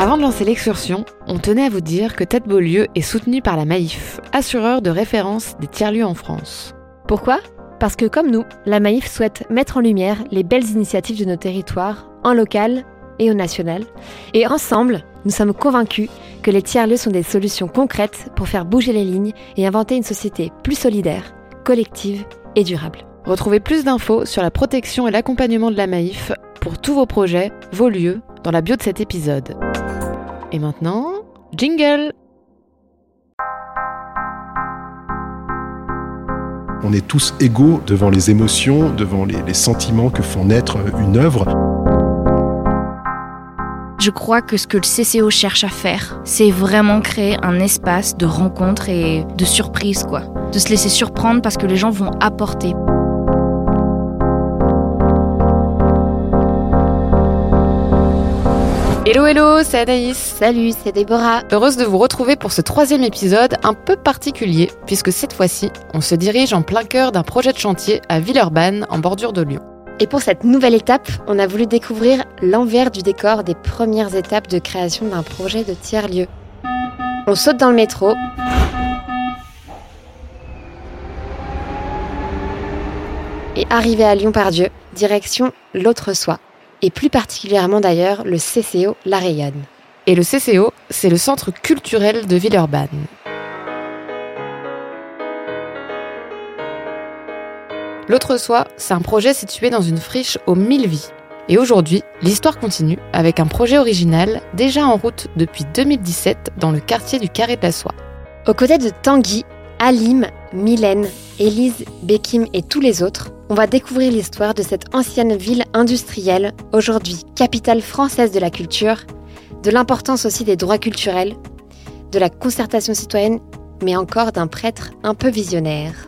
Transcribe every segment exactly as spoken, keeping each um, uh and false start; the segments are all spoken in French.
Avant de lancer l'excursion, on tenait à vous dire que Tête Beaulieu est soutenu par la Maïf, assureur de référence des tiers-lieux en France. Pourquoi ? Parce que comme nous, la Maïf souhaite mettre en lumière les belles initiatives de nos territoires, en local et au national. Et ensemble, nous sommes convaincus que les tiers-lieux sont des solutions concrètes pour faire bouger les lignes et inventer une société plus solidaire, collective et durable. Retrouvez plus d'infos sur la protection et l'accompagnement de la Maïf pour tous vos projets, vos lieux, dans la bio de cet épisode. Et maintenant, jingle! On est tous égaux devant les émotions, devant les, les sentiments que font naître une œuvre. Je crois que ce que le C C O cherche à faire, c'est vraiment créer un espace de rencontre et de surprise, quoi. De se laisser surprendre parce que les gens vont apporter. Hello hello, c'est Anaïs. Salut, c'est Déborah. Heureuse de vous retrouver pour ce troisième épisode un peu particulier, puisque cette fois-ci, on se dirige en plein cœur d'un projet de chantier à Villeurbanne, en bordure de Lyon. Et pour cette nouvelle étape, on a voulu découvrir l'envers du décor des premières étapes de création d'un projet de tiers-lieu. On saute dans le métro. Et arrivé à Lyon-Part-Dieu, direction l'autre soi. Et plus particulièrement d'ailleurs le C C O La Rayonne. Et le C C O, c'est le centre culturel de Villeurbanne. L'autre soi, c'est un projet situé dans une friche aux mille vies. Et aujourd'hui, l'histoire continue avec un projet original déjà en route depuis deux mille dix-sept dans le quartier du Carré de la Soie. Aux côtés de Tanguy, Alim, Mylène, Élise, Bekim et tous les autres, on va découvrir l'histoire de cette ancienne ville industrielle, aujourd'hui capitale française de la culture, de l'importance aussi des droits culturels, de la concertation citoyenne, mais encore d'un prêtre un peu visionnaire.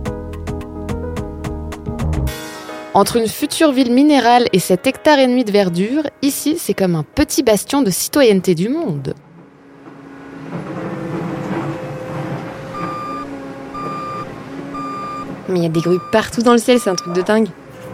Entre une future ville minérale et sept hectares et demi de verdure, ici c'est comme un petit bastion de citoyenneté du monde. Mais il y a des grues partout dans le ciel, c'est un truc de dingue.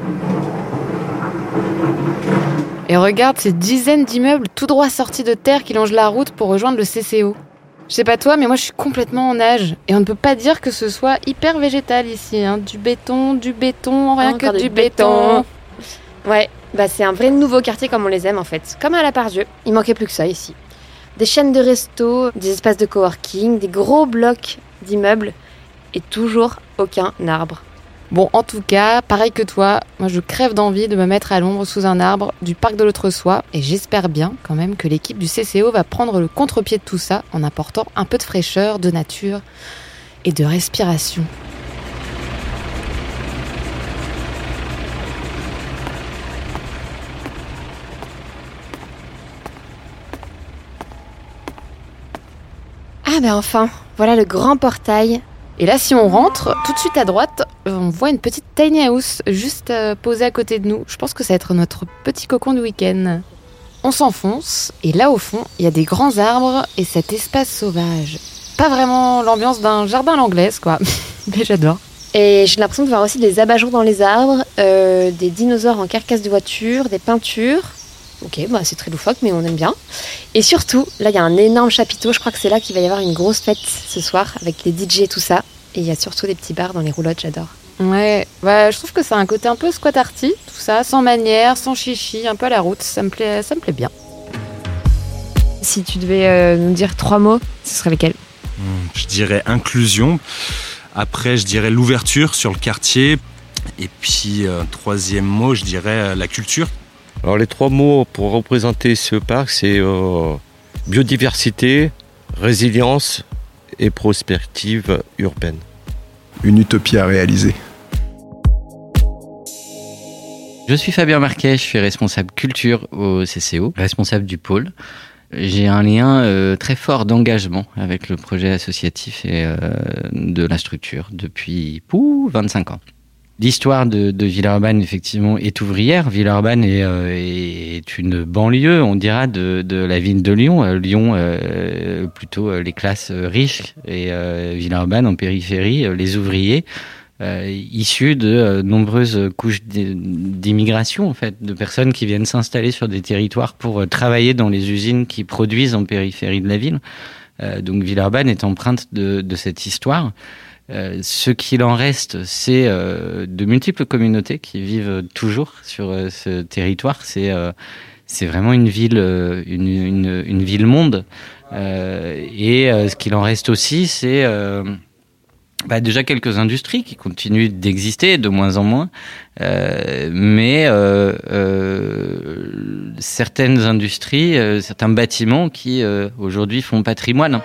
Et regarde ces dizaines d'immeubles tout droit sortis de terre qui longent la route pour rejoindre le C C O. Je sais pas toi, mais moi je suis complètement en nage. Et on ne peut pas dire que ce soit hyper végétal ici. Hein. Du béton, du béton, rien Encore que du, du béton. béton. Ouais, bah c'est un vrai nouveau quartier comme on les aime en fait. Comme à la Part-Dieu, il manquait plus que ça ici. Des chaînes de restos, des espaces de coworking, des gros blocs d'immeubles et toujours aucun arbre. Bon, en tout cas, pareil que toi, moi je crève d'envie de me mettre à l'ombre sous un arbre du parc de l'autre soi et j'espère bien quand même que l'équipe du C C O va prendre le contre-pied de tout ça en apportant un peu de fraîcheur, de nature et de respiration. Ah ben enfin, voilà le grand portail. Et là, si on rentre, tout de suite à droite, on voit une petite tiny house juste euh, posée à côté de nous. Je pense que ça va être notre petit cocon du week-end. On s'enfonce, et là au fond, il y a des grands arbres et cet espace sauvage. Pas vraiment l'ambiance d'un jardin à l'anglaise, quoi. Mais j'adore. Et j'ai l'impression de voir aussi des abat-jours dans les arbres, euh, des dinosaures en carcasse de voiture, des peintures. Ok, bah c'est très loufoque, mais on aime bien. Et surtout, là, il y a un énorme chapiteau. Je crois que c'est là qu'il va y avoir une grosse fête ce soir, avec les D J et tout ça. Et il y a surtout des petits bars dans les roulottes, j'adore. Ouais, bah, je trouve que c'est un côté un peu squat arty, tout ça, sans manière, sans chichi, un peu à la route. Ça me plaît, ça me plaît bien. Si tu devais euh, nous dire trois mots, ce serait lesquels ? Je dirais inclusion. Après, je dirais l'ouverture sur le quartier. Et puis, euh, troisième mot, je dirais euh, la culture. Alors les trois mots pour représenter ce parc, c'est euh, biodiversité, résilience et prospective urbaine. Une utopie à réaliser. Je suis Fabien Marquet, je suis responsable culture au C C O, responsable du pôle. J'ai un lien euh, très fort d'engagement avec le projet associatif et euh, de la structure depuis pouh, vingt-cinq ans. L'histoire de, de Villeurbanne, effectivement, est ouvrière. Villeurbanne est, euh, est une banlieue, on dira, de, de la ville de Lyon. Euh, Lyon, euh, plutôt euh, les classes riches, et euh, Villeurbanne, en périphérie, euh, les ouvriers. euh, issus de euh, nombreuses couches d'immigration, en fait, de personnes qui viennent s'installer sur des territoires pour euh, travailler dans les usines qui produisent en périphérie de la ville. Euh, donc Villeurbanne est empreinte de, de cette histoire. Euh, ce qu'il en reste, c'est euh, de multiples communautés qui vivent toujours sur euh, ce territoire. C'est euh, c'est vraiment une ville, une, une, une ville-monde. Euh, et euh, ce qu'il en reste aussi, c'est euh, bah, déjà quelques industries qui continuent d'exister, de moins en moins. Euh, mais euh, euh, certaines industries, euh, certains bâtiments qui euh, aujourd'hui font patrimoine.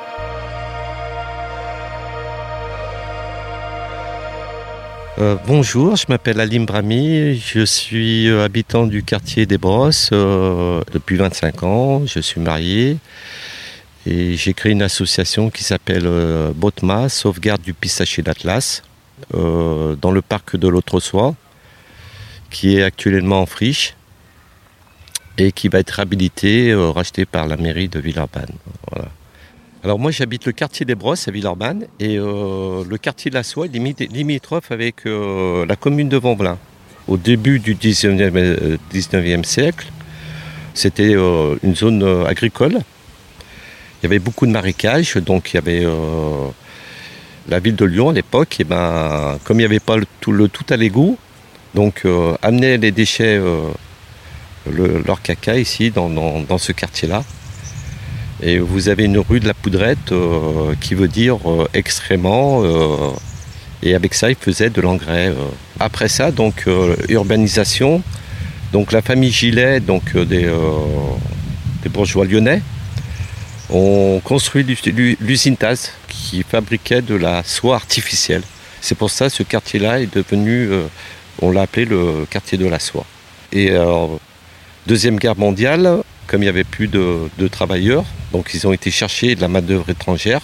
Euh, bonjour, je m'appelle Alim Brahmi, je suis euh, habitant du quartier des Brosses euh, depuis vingt-cinq ans, je suis marié et j'ai créé une association qui s'appelle euh, BOTMA, Sauvegarde du Pistachier d'Atlas, euh, dans le parc de l'Autre-Soie, qui est actuellement en friche et qui va être réhabilité, euh, racheté par la mairie de Villeurbanne. Voilà. Alors moi j'habite le quartier des Brosses à Villeurbanne et euh, le quartier de la Soie est limitrophe avec euh, la commune de Vamblin. Au début du dix-neuvième siècle, c'était euh, une zone euh, agricole. Il y avait beaucoup de marécages, donc il y avait euh, la ville de Lyon à l'époque, et ben, comme il n'y avait pas le tout, le tout à l'égout, donc euh, amenaient les déchets, euh, le, leur caca ici dans, dans, dans ce quartier-là. Et vous avez une rue de la Poudrette euh, qui veut dire euh, excrément, euh, et avec ça ils faisaient de l'engrais. Euh. Après ça, donc euh, urbanisation, donc la famille Gillet, donc euh, des, euh, des bourgeois lyonnais, ont construit l'usine Taz qui fabriquait de la soie artificielle. C'est pour ça que ce quartier-là est devenu, euh, on l'a appelé le quartier de la soie. Et euh, Deuxième Guerre mondiale, comme il n'y avait plus de, de travailleurs, donc ils ont été chercher de la main-d'œuvre étrangère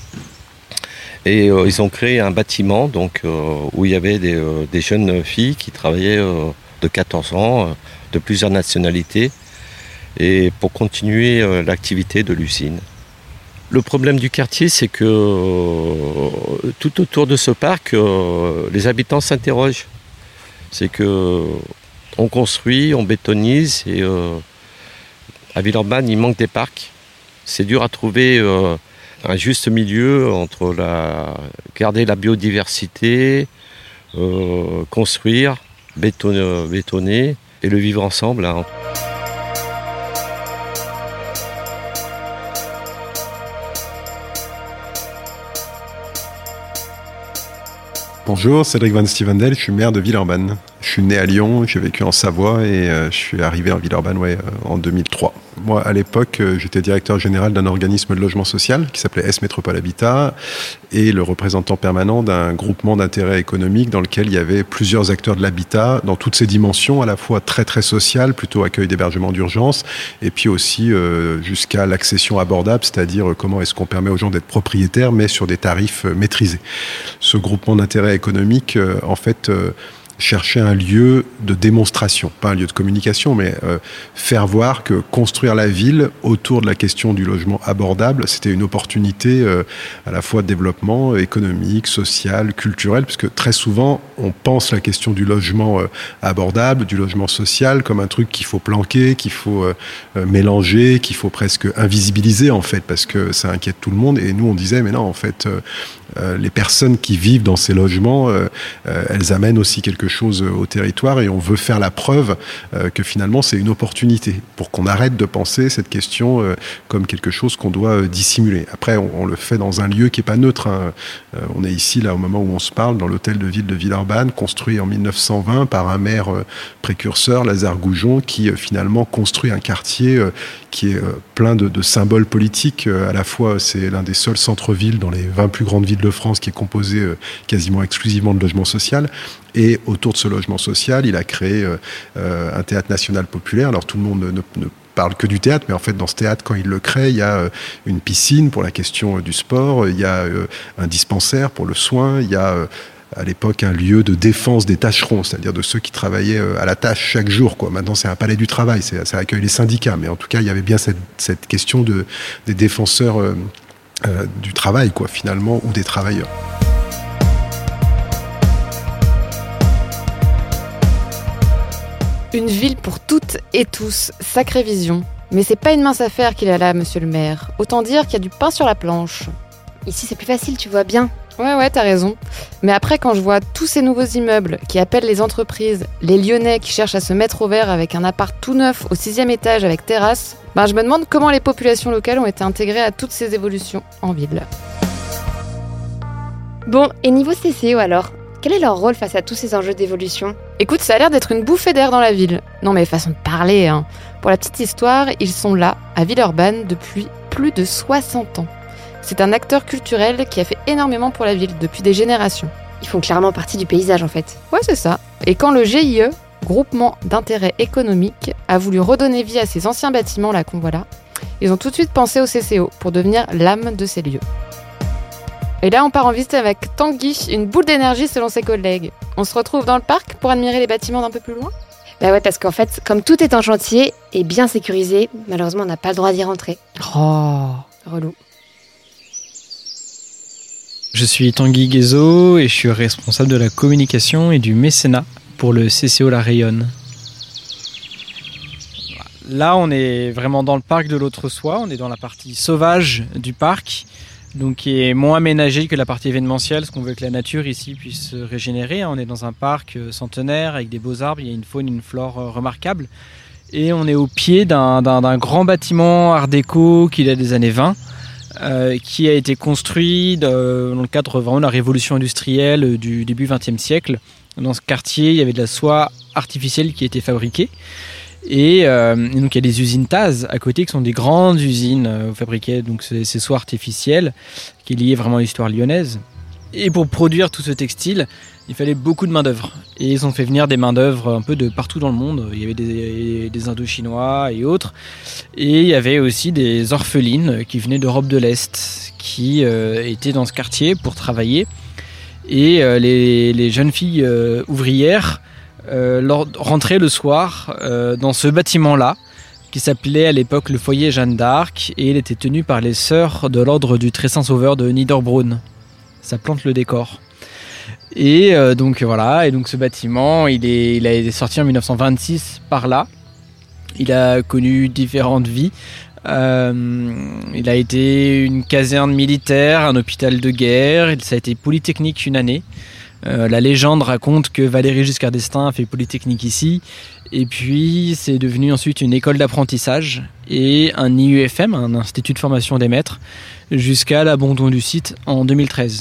et euh, ils ont créé un bâtiment donc, euh, où il y avait des, euh, des jeunes filles qui travaillaient euh, de quatorze ans, euh, de plusieurs nationalités, et pour continuer euh, l'activité de l'usine. Le problème du quartier, c'est que euh, tout autour de ce parc, euh, les habitants s'interrogent. C'est que on construit, on bétonise et euh, à Villeurbanne, il manque des parcs. C'est dur à trouver euh, un juste milieu entre la, garder la biodiversité, euh, construire, bétonner, bétonner et le vivre ensemble. Hein. Bonjour, Cédric Van Stevendel, je suis maire de Villeurbanne. Je suis né à Lyon, j'ai vécu en Savoie et euh, je suis arrivé en Villeurbanne ouais, euh, en deux mille trois. Moi, à l'époque, euh, j'étais directeur général d'un organisme de logement social qui s'appelait S Métropole Habitat et le représentant permanent d'un groupement d'intérêt économique dans lequel il y avait plusieurs acteurs de l'habitat dans toutes ses dimensions, à la fois très très sociales, plutôt accueil d'hébergement d'urgence, et puis aussi euh, jusqu'à l'accession abordable, c'est-à-dire euh, comment est-ce qu'on permet aux gens d'être propriétaires, mais sur des tarifs euh, maîtrisés. Ce groupement d'intérêt économique, euh, en fait, euh, chercher un lieu de démonstration, pas un lieu de communication, mais euh, faire voir que construire la ville autour de la question du logement abordable, c'était une opportunité euh, à la fois de développement économique, social, culturel, puisque très souvent, on pense la question du logement euh, abordable, du logement social, comme un truc qu'il faut planquer, qu'il faut euh, mélanger, qu'il faut presque invisibiliser, en fait, parce que ça inquiète tout le monde. Et nous, on disait, mais non, en fait, euh, euh, les personnes qui vivent dans ces logements, euh, euh, elles amènent aussi quelque chose au territoire et on veut faire la preuve euh, que finalement c'est une opportunité pour qu'on arrête de penser cette question euh, comme quelque chose qu'on doit euh, dissimuler. Après, on, on le fait dans un lieu qui est pas neutre. Hein. Euh, on est ici, là, au moment où on se parle, dans l'hôtel de ville de Villeurbanne, construit en mille neuf cent vingt par un maire euh, précurseur, Lazare Goujon, qui euh, finalement construit un quartier euh, qui est euh, plein de, de symboles politiques. Euh, à la fois, c'est l'un des seuls centres-villes dans les vingt plus grandes villes de France qui est composé euh, quasiment exclusivement de logement social. Et autour de ce logement social, il a créé euh, un théâtre national populaire. Alors tout le monde ne, ne, ne parle que du théâtre, mais en fait dans ce théâtre, quand il le crée, il y a euh, une piscine pour la question euh, du sport, il y a euh, un dispensaire pour le soin, il y a euh, à l'époque un lieu de défense des tâcherons, c'est-à-dire de ceux qui travaillaient euh, à la tâche chaque jour, quoi. Maintenant c'est un palais du travail, c'est, ça accueille les syndicats, mais en tout cas il y avait bien cette, cette question de, des défenseurs euh, euh, du travail, quoi, finalement, ou des travailleurs. Une ville pour toutes et tous, sacrée vision. Mais c'est pas une mince affaire qu'il a là, monsieur le maire. Autant dire qu'il y a du pain sur la planche. Ici, c'est plus facile, tu vois bien. Ouais, ouais, t'as raison. Mais après, quand je vois tous ces nouveaux immeubles qui appellent les entreprises, les Lyonnais qui cherchent à se mettre au vert avec un appart tout neuf au sixième étage avec terrasse, ben je me demande comment les populations locales ont été intégrées à toutes ces évolutions en ville. Bon, et niveau C C O alors ? Quel est leur rôle face à tous ces enjeux d'évolution ? Écoute, ça a l'air d'être une bouffée d'air dans la ville. Non mais façon de parler, hein. Pour la petite histoire, ils sont là, à Villeurbanne, depuis plus de soixante ans. C'est un acteur culturel qui a fait énormément pour la ville depuis des générations. Ils font clairement partie du paysage en fait. Ouais, c'est ça. Et quand le G I E, Groupement d'intérêt économique, a voulu redonner vie à ces anciens bâtiments là qu'on voit là, ils ont tout de suite pensé au C C O pour devenir l'âme de ces lieux. Et là, on part en visite avec Tanguy, une boule d'énergie selon ses collègues. On se retrouve dans le parc pour admirer les bâtiments d'un peu plus loin ? Bah ouais, parce qu'en fait, comme tout est en chantier et bien sécurisé, malheureusement, on n'a pas le droit d'y rentrer. Oh, relou. Je suis Tanguy Guézo et je suis responsable de la communication et du mécénat pour le C C O La Rayonne. Là, on est vraiment dans le parc de l'autre soie, on est dans la partie sauvage du parc, donc qui est moins aménagée que la partie événementielle, parce qu'on veut que la nature ici puisse se régénérer. On est dans un parc centenaire avec des beaux arbres, il y a une faune, une flore remarquable. Et on est au pied d'un, d'un, d'un grand bâtiment art déco qui date des années vingt, euh, qui a été construit de, dans le cadre vraiment de la révolution industrielle du début vingtième siècle. Dans ce quartier, il y avait de la soie artificielle qui était fabriquée. Et, euh, et donc il y a des usines Taz à côté qui sont des grandes usines euh, fabriquées donc ces, ces soies artificielles qui est liée vraiment à l'histoire lyonnaise. Et pour produire tout ce textile, il fallait beaucoup de main d'œuvre. Et ils ont fait venir des main d'œuvre un peu de partout dans le monde. Il y avait des, des Indo-Chinois et autres. Et il y avait aussi des orphelines qui venaient d'Europe de l'Est qui euh, étaient dans ce quartier pour travailler. Et euh, les, les jeunes filles euh, ouvrières Euh, rentrer le soir euh, dans ce bâtiment-là, qui s'appelait à l'époque le foyer Jeanne d'Arc, et il était tenu par les sœurs de l'ordre du Très Saint Sauveur de Niederbronn. Ça plante le décor. Et euh, donc voilà, et donc ce bâtiment, il, est, il a été sorti en dix-neuf cent vingt-six par là. Il a connu différentes vies. Euh, il a été une caserne militaire, un hôpital de guerre, ça a été polytechnique une année. Euh, la légende raconte que Valéry Giscard d'Estaing a fait Polytechnique ici, et puis c'est devenu ensuite une école d'apprentissage et un I U F M, un institut de formation des maîtres, jusqu'à l'abandon du site en deux mille treize.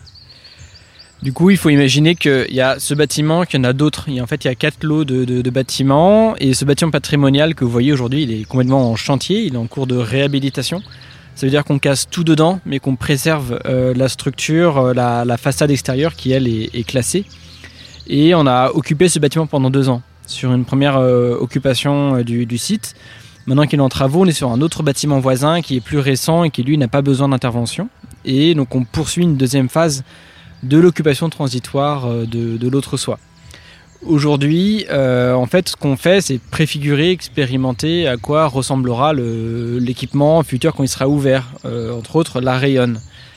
Du coup, il faut imaginer qu'il y a ce bâtiment, qu'il y en a d'autres. Il y a, en fait, il y a quatre lots de, de, de bâtiments, et ce bâtiment patrimonial que vous voyez aujourd'hui, il est complètement en chantier, il est en cours de réhabilitation. Ça veut dire qu'on casse tout dedans, mais qu'on préserve euh, la structure, euh, la, la façade extérieure qui, elle, est, est classée. Et on a occupé ce bâtiment pendant deux ans, sur une première euh, occupation euh, du, du site. Maintenant qu'il est en travaux, on est sur un autre bâtiment voisin qui est plus récent et qui, lui, n'a pas besoin d'intervention. Et donc, on poursuit une deuxième phase de l'occupation transitoire euh, de, de l'autre soie. Aujourd'hui, euh, en fait, ce qu'on fait, c'est préfigurer, expérimenter à quoi ressemblera le, l'équipement futur quand il sera ouvert, euh, entre autres la Rayonne.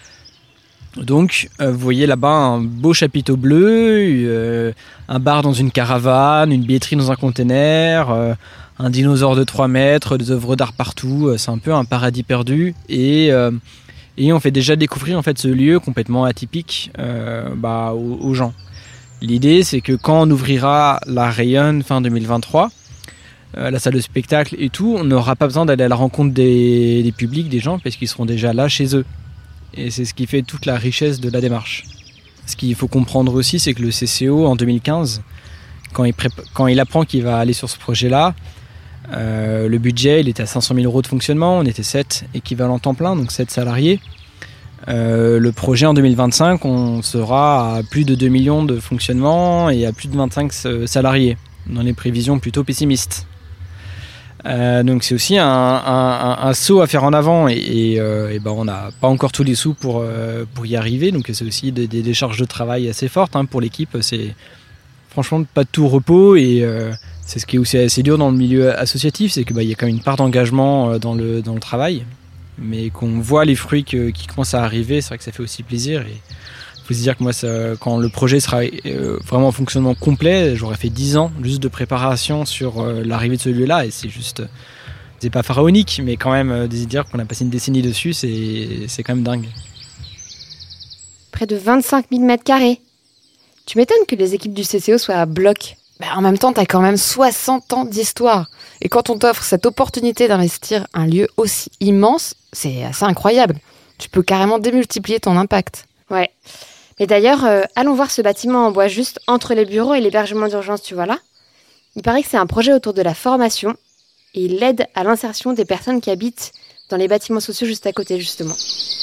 Donc, euh, vous voyez là-bas un beau chapiteau bleu, euh, un bar dans une caravane, une billetterie dans un container, euh, un dinosaure de trois mètres, des œuvres d'art partout. C'est un peu un paradis perdu. Et, euh, et on fait déjà découvrir en fait ce lieu complètement atypique euh, bah, aux, aux gens. L'idée, c'est que quand on ouvrira la Rayonne fin deux mille vingt-trois, euh, la salle de spectacle et tout, on n'aura pas besoin d'aller à la rencontre des, des publics, des gens, parce qu'ils seront déjà là chez eux. Et c'est ce qui fait toute la richesse de la démarche. Ce qu'il faut comprendre aussi, c'est que le C C O, en deux mille quinze, quand il, prépa- quand il apprend qu'il va aller sur ce projet-là, euh, le budget, il était à cinq cent mille euros de fonctionnement, on était sept équivalents temps plein, donc sept salariés. Euh, le projet en deux mille vingt-cinq, on sera à plus de deux millions de fonctionnement et à plus de vingt-cinq salariés, dans les prévisions plutôt pessimistes. Euh, donc c'est aussi un, un, un, un saut à faire en avant, et, et, euh, et ben on n'a pas encore tous les sous pour, euh, pour y arriver, donc c'est aussi des, des, des charges de travail assez fortes hein, pour l'équipe. C'est franchement pas de tout repos, et euh, c'est ce qui est aussi assez dur dans le milieu associatif, c'est qu'il bah, y a quand même une part d'engagement dans le, dans le travail. Mais qu'on voit les fruits que, qui commencent à arriver, c'est vrai que ça fait aussi plaisir. Et Il faut se dire que moi, ça, quand le projet sera euh, vraiment en fonctionnement complet, j'aurais fait dix ans juste de préparation sur euh, l'arrivée de ce lieu-là. Et c'est juste, c'est pas pharaonique, mais quand même, euh, de se dire qu'on a passé une décennie dessus, c'est, c'est quand même dingue. Près de vingt-cinq mille mètres carrés. Tu m'étonnes que les équipes du C C O soient à bloc. Bah, en même temps, t'as quand même soixante ans d'histoire. Et quand on t'offre cette opportunité d'investir un lieu aussi immense, c'est assez incroyable. Tu peux carrément démultiplier ton impact. Ouais. Mais d'ailleurs, euh, allons voir ce bâtiment en bois juste entre les bureaux et l'hébergement d'urgence, tu vois là. Il paraît que c'est un projet autour de la formation et il aide à l'insertion des personnes qui habitent dans les bâtiments sociaux juste à côté, justement.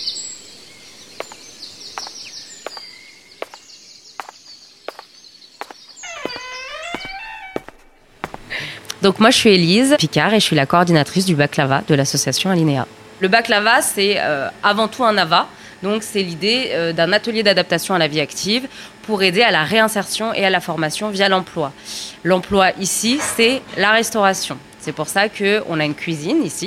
Donc moi je suis Élise Picard et je suis la coordinatrice du Baklava de l'association Alinea. Le Baklava c'est euh, avant tout un A V A, donc c'est l'idée euh, d'un atelier d'adaptation à la vie active pour aider à la réinsertion et à la formation via l'emploi. L'emploi ici c'est la restauration. C'est pour ça qu'on a une cuisine ici.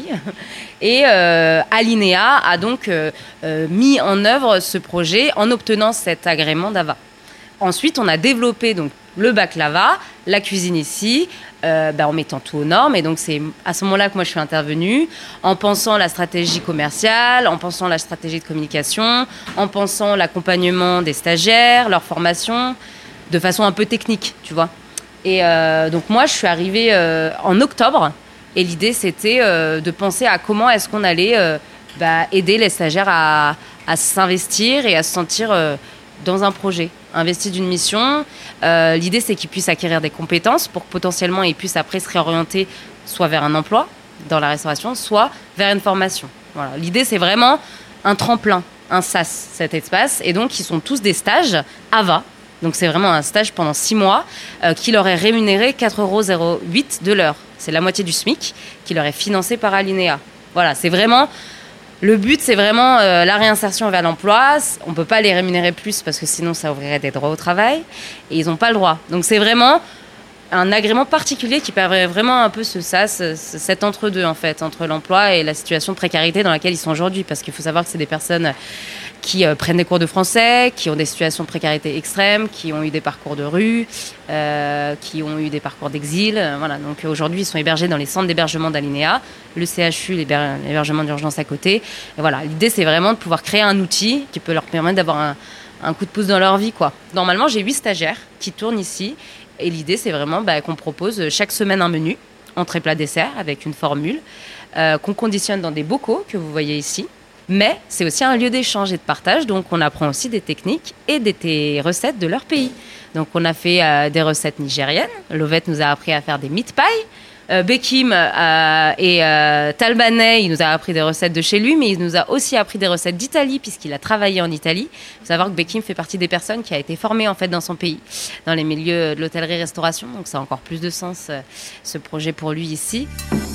Et euh, Alinea a donc euh, euh, mis en œuvre ce projet en obtenant cet agrément d'A V A. Ensuite, on a développé donc, le Baklava, la cuisine ici, euh, bah, en mettant tout aux normes. Et donc, c'est à ce moment-là que moi, je suis intervenue, en pensant la stratégie commerciale, en pensant la stratégie de communication, en pensant l'accompagnement des stagiaires, leur formation, de façon un peu technique, tu vois. Et euh, donc, moi, je suis arrivée euh, en octobre. Et l'idée, c'était euh, de penser à comment est-ce qu'on allait euh, bah, aider les stagiaires à, à s'investir et à se sentir euh, dans un projet. Investis d'une mission. Euh, l'idée, c'est qu'ils puissent acquérir des compétences pour que potentiellement ils puissent après se réorienter soit vers un emploi dans la restauration, soit vers une formation. Voilà. L'idée, c'est vraiment un tremplin, un sas, cet espace. Et donc, ils sont tous des stages A V A. Donc, c'est vraiment un stage pendant six mois euh, qui leur est rémunéré quatre euros zéro huit de l'heure. C'est la moitié du SMIC qui leur est financé par Alinea. Voilà, c'est vraiment... Le but, c'est vraiment euh, la réinsertion vers l'emploi. On ne peut pas les rémunérer plus parce que sinon, ça ouvrirait des droits au travail. Et ils n'ont pas le droit. Donc, c'est vraiment un agrément particulier qui permet vraiment un peu ce sas, cet entre-deux, en fait, entre l'emploi et la situation de précarité dans laquelle ils sont aujourd'hui. Parce qu'il faut savoir que c'est des personnes qui euh, prennent des cours de français, qui ont des situations de précarité extrême, qui ont eu des parcours de rue, euh, qui ont eu des parcours d'exil. Euh, voilà. Donc aujourd'hui, ils sont hébergés dans les centres d'hébergement d'Alinea, le C H U, l'héber- l'hébergement d'urgence à côté. Et voilà. L'idée, c'est vraiment de pouvoir créer un outil qui peut leur permettre d'avoir un, un coup de pouce dans leur vie, quoi. Normalement, j'ai huit stagiaires qui tournent ici. Et l'idée, c'est vraiment bah, qu'on propose chaque semaine un menu, entrée, plat, dessert, avec une formule, euh, qu'on conditionne dans des bocaux que vous voyez ici. Mais c'est aussi un lieu d'échange et de partage, donc on apprend aussi des techniques et des, des recettes de leur pays. Donc on a fait euh, des recettes nigériennes. Lovette nous a appris à faire des meat pies. Euh, Bekim euh, et euh, Talbanais, il nous a appris des recettes de chez lui, mais il nous a aussi appris des recettes d'Italie, puisqu'il a travaillé en Italie. Il faut savoir que Bekim fait partie des personnes qui a été formée en fait, dans son pays, dans les milieux de l'hôtellerie-restauration. Donc ça a encore plus de sens, euh, ce projet pour lui ici.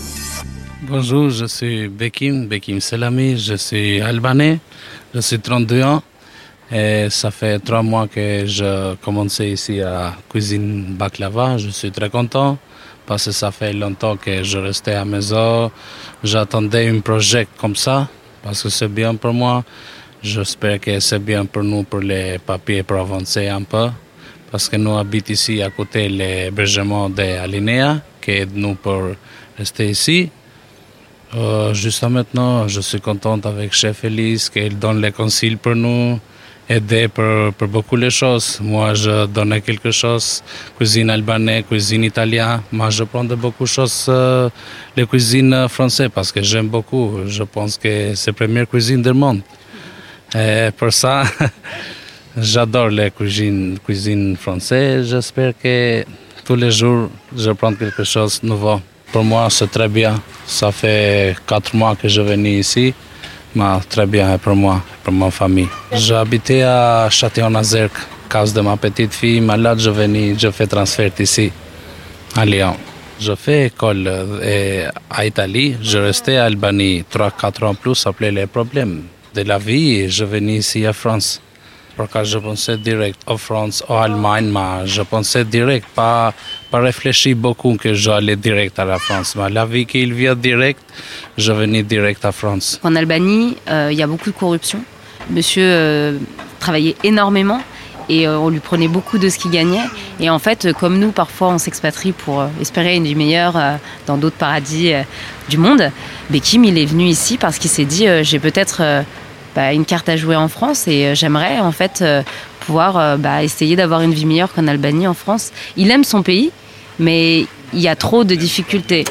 Bonjour, je suis Bekim, Bekim Selami, je suis albanais, je suis trente-deux ans et ça fait trois mois que je commence ici à cuisiner baklava. Je suis très content parce que ça fait longtemps que je restais à la maison. J'attendais un projet comme ça parce que c'est bien pour moi. J'espère que c'est bien pour nous, pour les papiers, pour avancer un peu. Parce que nous habitons ici à côté de l'hébergement d'Alinea qui aide nous pour rester ici. Euh, Jusqu'à maintenant, je suis contente avec chef Élise, qu'elle donne les conseils pour nous, aider pour, pour beaucoup de choses. Moi, je donne quelque chose, cuisine albanaise, cuisine italienne. Moi, je prends de beaucoup de choses, euh, les cuisines françaises, parce que j'aime beaucoup. Je pense que c'est la première cuisine du monde. Et pour ça, j'adore les cuisines, cuisine françaises. J'espère que tous les jours, je prends quelque chose de nouveau. Pour moi, c'est très bien. Ça fait quatre mois que je viens ici, mais très bien pour moi, pour ma famille. J'habitais à Châtillon-Azerc, à cause de ma petite fille malade. Je venais, je fais transfert ici, à Lyon. Je fais école et à Italie. Je restais à Albanie trois quatre ans plus après les problèmes de la vie et je venais ici à France. Parce que je pensais direct en France, en Allemagne, mais je pensais direct, pas, pas réfléchir beaucoup que j'allais direct à la France. Mais la vie qu'il vient direct, je venais direct à France. En Albanie, il euh, y a beaucoup de corruption. Monsieur euh, travaillait énormément et euh, on lui prenait beaucoup de ce qu'il gagnait. Et en fait, comme nous, parfois, on s'expatrie pour euh, espérer une vie meilleure euh, dans d'autres paradis euh, du monde, Bekim, il est venu ici parce qu'il s'est dit euh, j'ai peut-être euh, bah, une carte à jouer en France et euh, j'aimerais en fait euh, pouvoir euh, bah, essayer d'avoir une vie meilleure qu'en Albanie, en France. Il aime son pays, mais il y a trop de difficultés.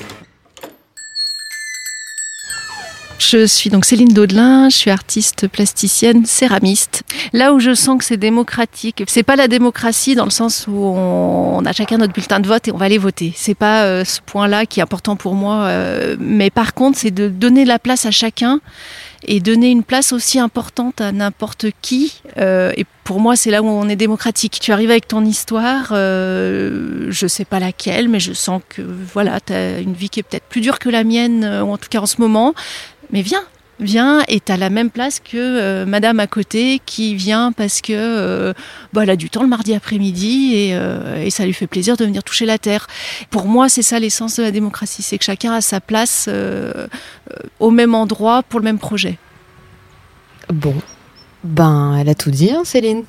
Je suis donc Céline Daudelin, je suis artiste plasticienne, céramiste. Là où je sens que c'est démocratique, c'est pas la démocratie dans le sens où on a chacun notre bulletin de vote et on va aller voter. C'est pas euh, ce point-là qui est important pour moi, euh, mais par contre, c'est de donner la place à chacun et donner une place aussi importante à n'importe qui. Euh, et pour moi, c'est là où on est démocratique. Tu arrives avec ton histoire, euh, je sais pas laquelle, mais je sens que voilà, t'as une vie qui est peut-être plus dure que la mienne, ou en tout cas en ce moment. Mais viens, viens et t'as la même place que euh, madame à côté qui vient parce que euh, bah, elle a du temps le mardi après-midi et, euh, et ça lui fait plaisir de venir toucher la terre. Pour moi, c'est ça l'essence de la démocratie, c'est que chacun a sa place euh, euh, au même endroit pour le même projet. Bon, ben elle a tout dit, hein, Céline.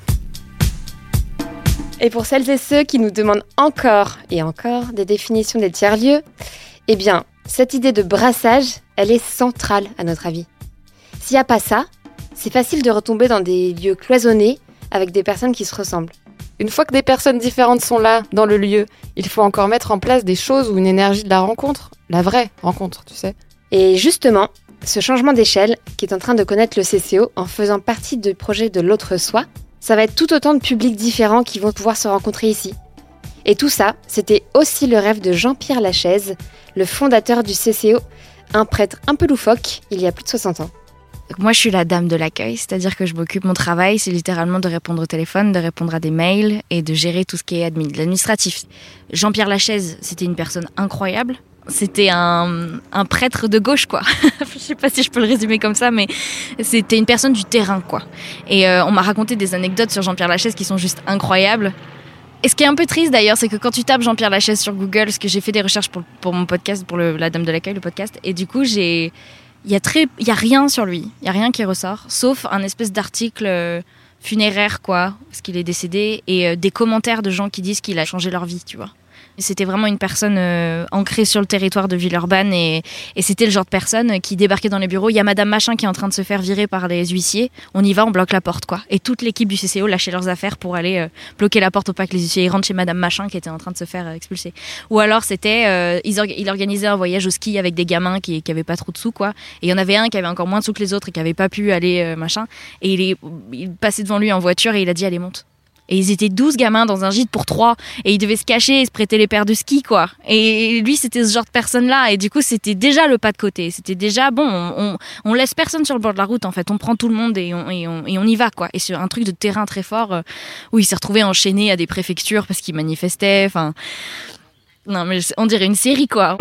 Et pour celles et ceux qui nous demandent encore et encore des définitions des tiers-lieux, eh bien, cette idée de brassage, elle est centrale à notre avis. S'il n'y a pas ça, c'est facile de retomber dans des lieux cloisonnés avec des personnes qui se ressemblent. Une fois que des personnes différentes sont là, dans le lieu, il faut encore mettre en place des choses ou une énergie de la rencontre, la vraie rencontre, tu sais. Et justement, ce changement d'échelle qui est en train de connaître le C C O en faisant partie du projet de l'autre soi, ça va être tout autant de publics différents qui vont pouvoir se rencontrer ici. Et tout ça, c'était aussi le rêve de Jean-Pierre Lachaise, le fondateur du C C O, un prêtre un peu loufoque, il y a plus de soixante ans. Moi, je suis la dame de l'accueil, c'est-à-dire que je m'occupe, mon travail, c'est littéralement de répondre au téléphone, de répondre à des mails et de gérer tout ce qui est admin, l'administratif. Jean-Pierre Lachaise, c'était une personne incroyable. C'était un, un prêtre de gauche, quoi. Je sais pas si je peux le résumer comme ça, mais c'était une personne du terrain, quoi. Et euh, on m'a raconté des anecdotes sur Jean-Pierre Lachaise qui sont juste incroyables. Et ce qui est un peu triste d'ailleurs, c'est que quand tu tapes Jean-Pierre Lachaise sur Google, parce que j'ai fait des recherches pour, pour mon podcast, pour le, la Dame de l'accueil, le podcast, et du coup, j'ai, il y a très, il y a rien sur lui, il y a rien qui ressort, sauf un espèce d'article euh, funéraire, quoi, parce qu'il est décédé, et euh, des commentaires de gens qui disent qu'il a changé leur vie, tu vois. C'était vraiment une personne euh, ancrée sur le territoire de Villeurbanne et, et c'était le genre de personne qui débarquait dans les bureaux. Il y a Madame Machin qui est en train de se faire virer par les huissiers. On y va, on bloque la porte, quoi. Et toute l'équipe du C C O lâchait leurs affaires pour aller euh, bloquer la porte pour pas que les huissiers rentrent chez Madame Machin qui était en train de se faire euh, expulser. Ou alors c'était, euh, ils orga- il organisait un voyage au ski avec des gamins qui, qui avaient pas trop de sous, quoi. Et il y en avait un qui avait encore moins de sous que les autres et qui avait pas pu aller euh, machin. Et il est, il passait devant lui en voiture et il a dit allez monte. Et ils étaient douze gamins dans un gîte pour trois. Et ils devaient se cacher et se prêter les paires de ski, quoi. Et lui, c'était ce genre de personne-là. Et du coup, c'était déjà le pas de côté. C'était déjà, bon, on, on, on laisse personne sur le bord de la route, en fait. On prend tout le monde et on, et on, et on y va, quoi. Et c'est un truc de terrain très fort euh, où il s'est retrouvé enchaîné à des préfectures parce qu'il manifestait. Enfin, non, mais on dirait une série, quoi.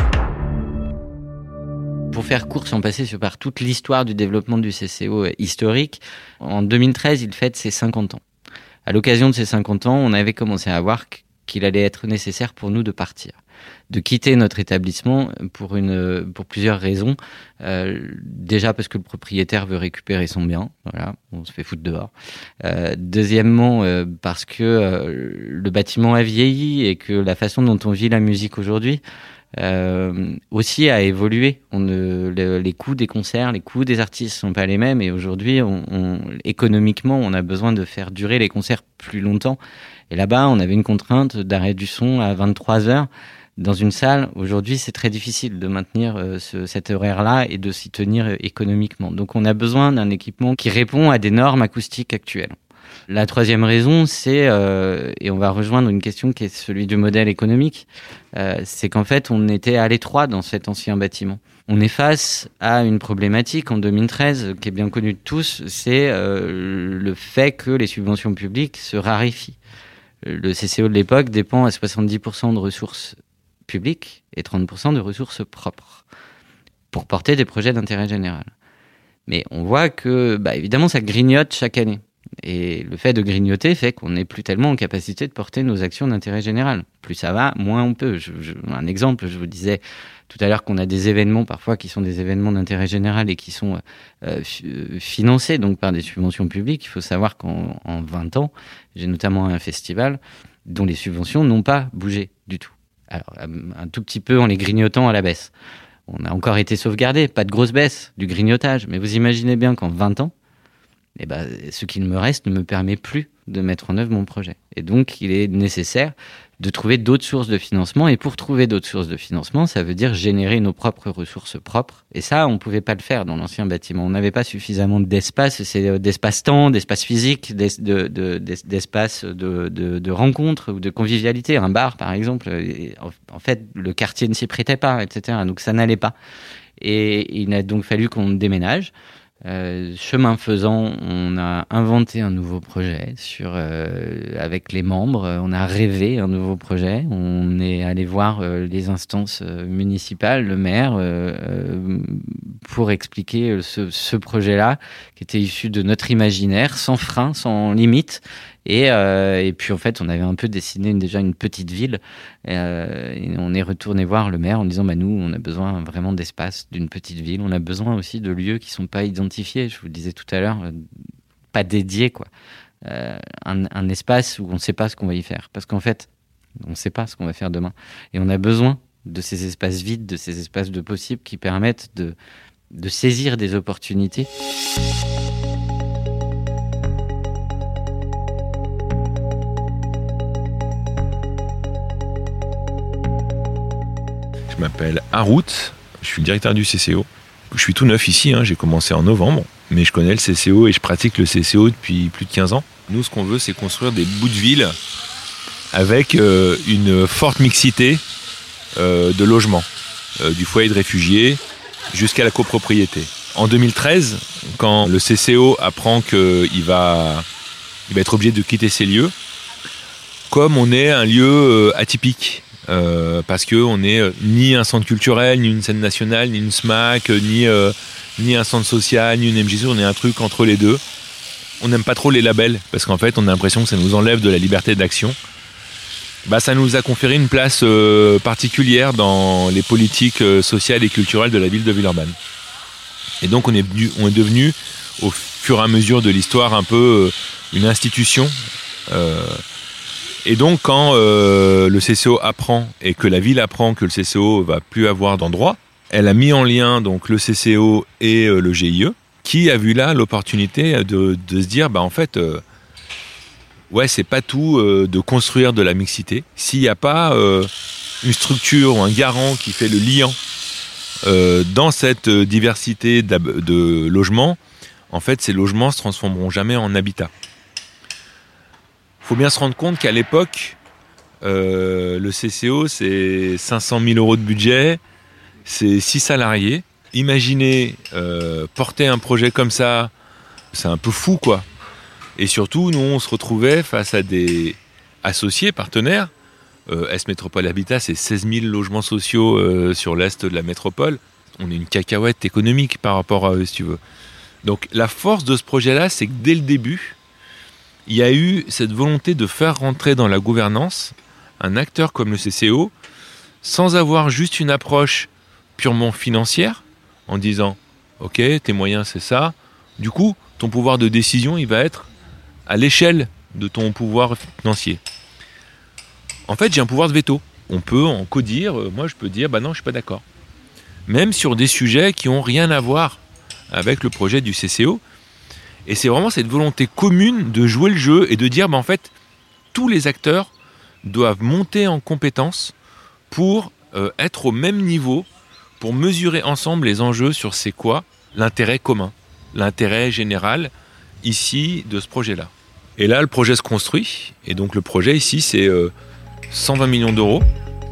Pour faire court, si on passait sur par toute l'histoire du développement du C C O historique, en deux mille treize, il fête ses cinquante ans. À l'occasion de ces cinquante ans, on avait commencé à voir qu'il allait être nécessaire pour nous de partir, de quitter notre établissement pour, une, pour plusieurs raisons. Euh, déjà parce que le propriétaire veut récupérer son bien, voilà, on se fait foutre dehors. Euh, deuxièmement, euh, parce que euh, le bâtiment a vieilli et que la façon dont on vit la musique aujourd'hui Euh, aussi a évolué. On ne, le, les coûts des concerts, les coûts des artistes sont pas les mêmes et aujourd'hui, on, on, économiquement, on a besoin de faire durer les concerts plus longtemps. Et là-bas, on avait une contrainte d'arrêt du son à vingt-trois heures dans une salle. Aujourd'hui, c'est très difficile de maintenir euh, ce, cet horaire-là et de s'y tenir euh, économiquement. Donc, on a besoin d'un équipement qui répond à des normes acoustiques actuelles. La troisième raison, c'est, euh, et on va rejoindre une question qui est celui du modèle économique, euh, c'est qu'en fait, on était à l'étroit dans cet ancien bâtiment. On est face à une problématique en deux mille treize qui est bien connue de tous, c'est euh, le fait que les subventions publiques se raréfient. Le C C O de l'époque dépend à soixante-dix pour cent de ressources publiques et trente pour cent de ressources propres pour porter des projets d'intérêt général. Mais on voit que, bah, évidemment, ça grignote chaque année. Et le fait de grignoter fait qu'on n'est plus tellement en capacité de porter nos actions d'intérêt général. Plus ça va, moins on peut. Je, je, un exemple, je vous disais tout à l'heure qu'on a des événements parfois qui sont des événements d'intérêt général et qui sont euh, financés donc par des subventions publiques. Il faut savoir qu'en en vingt ans, j'ai notamment un festival dont les subventions n'ont pas bougé du tout. Alors, un tout petit peu en les grignotant à la baisse. On a encore été sauvegardé, pas de grosse baisse, du grignotage. Mais vous imaginez bien qu'en vingt ans, eh ben, ce qu'il me reste ne me permet plus de mettre en œuvre mon projet. Et donc, il est nécessaire de trouver d'autres sources de financement. Et pour trouver d'autres sources de financement, ça veut dire générer nos propres ressources propres. Et ça, on ne pouvait pas le faire dans l'ancien bâtiment. On n'avait pas suffisamment d'espace, c'est d'espace-temps, d'espace physique, d'es, de, de, d'espace de, de, de rencontre ou de convivialité. Un bar, par exemple. Et en fait, le quartier ne s'y prêtait pas, et cetera. Donc, ça n'allait pas. Et il a donc fallu qu'on déménage. Euh, chemin faisant, on a inventé un nouveau projet sur, euh, avec les membres. On a rêvé un nouveau projet. On est allé voir euh, les instances euh, municipales, le maire, euh, euh, pour expliquer ce, ce projet-là, qui était issu de notre imaginaire, sans frein, sans limite. Et, euh, et puis en fait, on avait un peu dessiné une, déjà une petite ville. Euh, et on est retourné voir le maire en disant bah, nous, on a besoin vraiment d'espace, d'une petite ville. On a besoin aussi de lieux qui ne sont pas identifiés. Je vous le disais tout à l'heure, euh, pas dédiés, quoi. Euh, un, un espace où on ne sait pas ce qu'on va y faire. Parce qu'en fait, on ne sait pas ce qu'on va faire demain. Et on a besoin de ces espaces vides, de ces espaces de possibles qui permettent de, de saisir des opportunités. Je m'appelle Harout, je suis le directeur du C C O. Je suis tout neuf ici, hein, j'ai commencé en novembre, mais je connais le C C O et je pratique le C C O depuis plus de quinze ans. Nous, ce qu'on veut, c'est construire des bouts de ville avec euh, une forte mixité euh, de logements, euh, du foyer de réfugiés jusqu'à la copropriété. En deux mille treize, quand le C C O apprend qu'il va, il va être obligé de quitter ces lieux, comme on est un lieu euh, atypique, Euh, parce qu'on n'est euh, ni un centre culturel, ni une scène nationale, ni une SMAC, euh, ni, euh, ni un centre social, ni une M J C, on est un truc entre les deux. On n'aime pas trop les labels, parce qu'en fait on a l'impression que ça nous enlève de la liberté d'action. Bah, ça nous a conféré une place euh, particulière dans les politiques euh, sociales et culturelles de la ville de Villeurbanne. Et donc on est, venu, on est devenu, au fur et à mesure de l'histoire, un peu euh, une institution. Euh, Et donc, quand euh, le C C O apprend et que la ville apprend que le C C O va plus avoir d'endroit, elle a mis en lien donc le C C O et euh, le G I E, qui a vu là l'opportunité de, de se dire, bah en fait, euh, ouais, c'est pas tout euh, de construire de la mixité. S'il n'y a pas euh, une structure ou un garant qui fait le lien euh, dans cette diversité de, de logements, en fait, ces logements se transformeront jamais en habitat. Il faut bien se rendre compte qu'à l'époque, euh, le C C O, c'est cinq cent mille euros de budget, c'est six salariés. Imaginez euh, porter un projet comme ça, c'est un peu fou, quoi. Et surtout, nous, on se retrouvait face à des associés, partenaires. Euh, S Métropole Habitat, c'est seize mille logements sociaux euh, sur l'est de la métropole. On est une cacahuète économique par rapport à eux, si tu veux. Donc, la force de ce projet-là, c'est que dès le début, il y a eu cette volonté de faire rentrer dans la gouvernance un acteur comme le C C O sans avoir juste une approche purement financière en disant « Ok, tes moyens, c'est ça. » Du coup, ton pouvoir de décision, il va être à l'échelle de ton pouvoir financier. En fait, j'ai un pouvoir de veto. On peut en codire. Moi, je peux dire « Bah non, je ne suis pas d'accord. » Même sur des sujets qui n'ont rien à voir avec le projet du C C O. Et c'est vraiment cette volonté commune de jouer le jeu et de dire, bah en fait, tous les acteurs doivent monter en compétences pour euh, être au même niveau, pour mesurer ensemble les enjeux sur c'est quoi l'intérêt commun, l'intérêt général ici de ce projet-là. Et là, le projet se construit. Et donc le projet ici, c'est euh, cent vingt millions d'euros.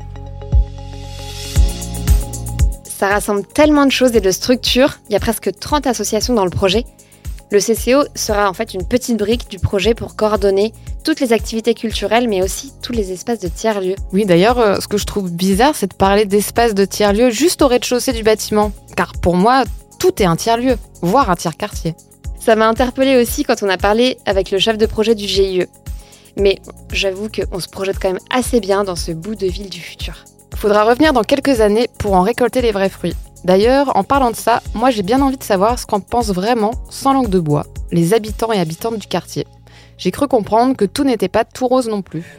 Ça rassemble tellement de choses et de structures. Il y a presque trente associations dans le projet. Le C C O sera en fait une petite brique du projet pour coordonner toutes les activités culturelles, mais aussi tous les espaces de tiers-lieux. Oui, d'ailleurs, euh, ce que je trouve bizarre, c'est de parler d'espaces de tiers-lieux juste au rez-de-chaussée du bâtiment. Car pour moi, tout est un tiers-lieu, voire un tiers-quartier. Ça m'a interpellée aussi quand on a parlé avec le chef de projet du G I E. Mais j'avoue qu'on se projette quand même assez bien dans ce bout de ville du futur. Faudra revenir dans quelques années pour en récolter les vrais fruits. D'ailleurs, en parlant de ça, moi j'ai bien envie de savoir ce qu'en pensent vraiment, sans langue de bois, les habitants et habitantes du quartier. J'ai cru comprendre que tout n'était pas tout rose non plus.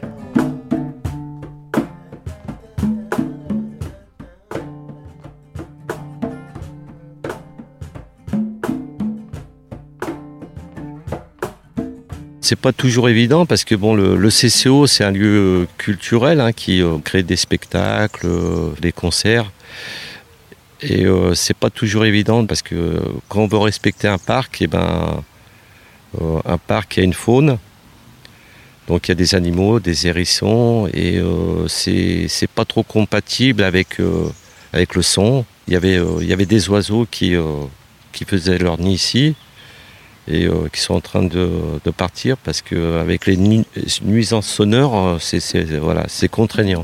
C'est pas toujours évident parce que bon, le, le C C O, c'est un lieu culturel hein, qui euh, crée des spectacles, euh, des concerts. Et euh, c'est pas toujours évident parce que euh, quand on veut respecter un parc, et ben, euh, un parc a une faune. Donc il y a des animaux, des hérissons, et euh, c'est, c'est pas trop compatible avec, euh, avec le son. Il y avait, euh, il y avait des oiseaux qui, euh, qui faisaient leur nid ici. Et euh, qui sont en train de, de partir parce qu'avec les nu- nuisances sonores, c'est, c'est, voilà, c'est contraignant.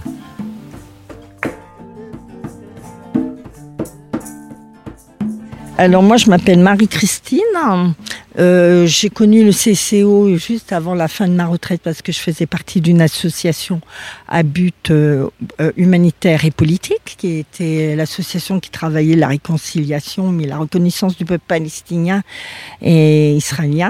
Alors moi je m'appelle Marie-Christine, euh, j'ai connu le C C O juste avant la fin de ma retraite parce que je faisais partie d'une association à but euh, humanitaire et politique qui était l'association qui travaillait la réconciliation mais la reconnaissance du peuple palestinien et israélien.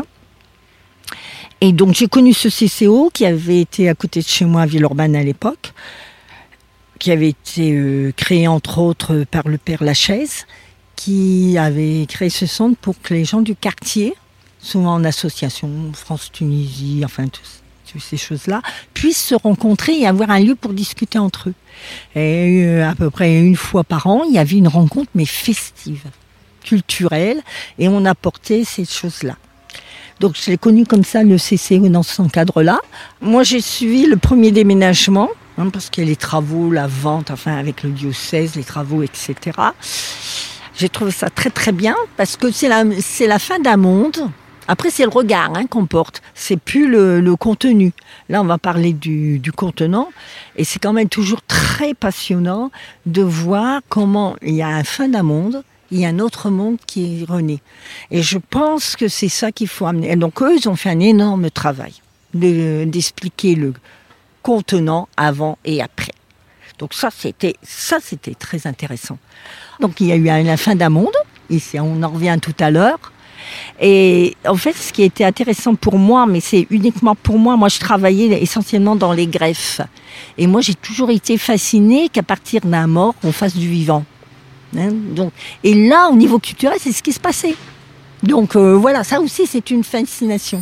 Et donc j'ai connu ce C C O qui avait été à côté de chez moi à Villeurbanne à l'époque, qui avait été euh, créé entre autres par le père Lachaise, qui avait créé ce centre pour que les gens du quartier, souvent en association, France-Tunisie, enfin toutes tout ces choses-là, puissent se rencontrer et avoir un lieu pour discuter entre eux. Et euh, à peu près une fois par an, il y avait une rencontre, mais festive, culturelle, et on apportait ces choses-là. Donc je l'ai connu comme ça, le C C O, dans ce cadre-là. Moi, j'ai suivi le premier déménagement, hein, parce qu'il y a les travaux, la vente, enfin avec le diocèse, les travaux, et cetera. J'ai trouvé ça très très bien parce que c'est la, c'est la fin d'un monde. Après, c'est le regard hein, qu'on porte. C'est plus le, le contenu. Là, on va parler du, du contenant. Et c'est quand même toujours très passionnant de voir comment il y a un fin d'un monde, il y a un autre monde qui est rené. Et je pense que c'est ça qu'il faut amener. Et donc, eux, ils ont fait un énorme travail de, d'expliquer le contenant avant et après. Donc ça, c'était, ça, c'était très intéressant. Donc il y a eu la fin d'un monde, et c'est, on en revient tout à l'heure. Et en fait, ce qui était intéressant pour moi, mais c'est uniquement pour moi, moi je travaillais essentiellement dans les greffes. Et moi j'ai toujours été fascinée qu'à partir d'un mort, on fasse du vivant. Hein, donc, et là, au niveau culturel, c'est ce qui se passait. Donc euh, voilà, ça aussi c'est une fascination.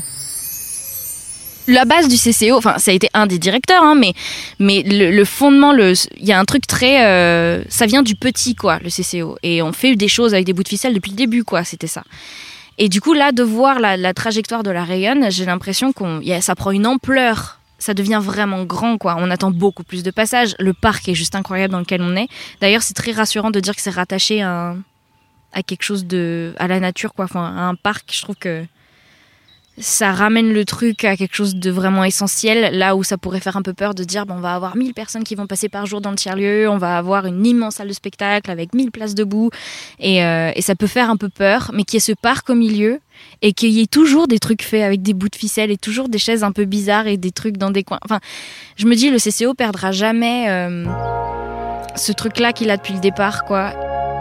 La base du C C O, enfin ça a été un des directeurs, hein, mais mais le, le fondement, le, il y a un truc très, euh, ça vient du petit quoi, le C C O, et on fait des choses avec des bouts de ficelle depuis le début quoi, c'était ça. Et du coup là de voir la, la trajectoire de la Rayonne, j'ai l'impression qu'on, y a, ça prend une ampleur, ça devient vraiment grand quoi. On attend beaucoup plus de passages. Le parc est juste incroyable dans lequel on est. D'ailleurs c'est très rassurant de dire que c'est rattaché à, un, à quelque chose de, à la nature quoi, enfin à un parc. Je trouve que ça ramène le truc à quelque chose de vraiment essentiel, là où ça pourrait faire un peu peur de dire bon, on va avoir mille personnes qui vont passer par jour dans le tiers-lieu, on va avoir une immense salle de spectacle avec mille places debout, et, euh, et ça peut faire un peu peur, mais qu'il y ait ce parc au milieu et qu'il y ait toujours des trucs faits avec des bouts de ficelle et toujours des chaises un peu bizarres et des trucs dans des coins. Enfin, je me dis, le C C O perdra jamais euh, ce truc-là qu'il a depuis le départ, quoi.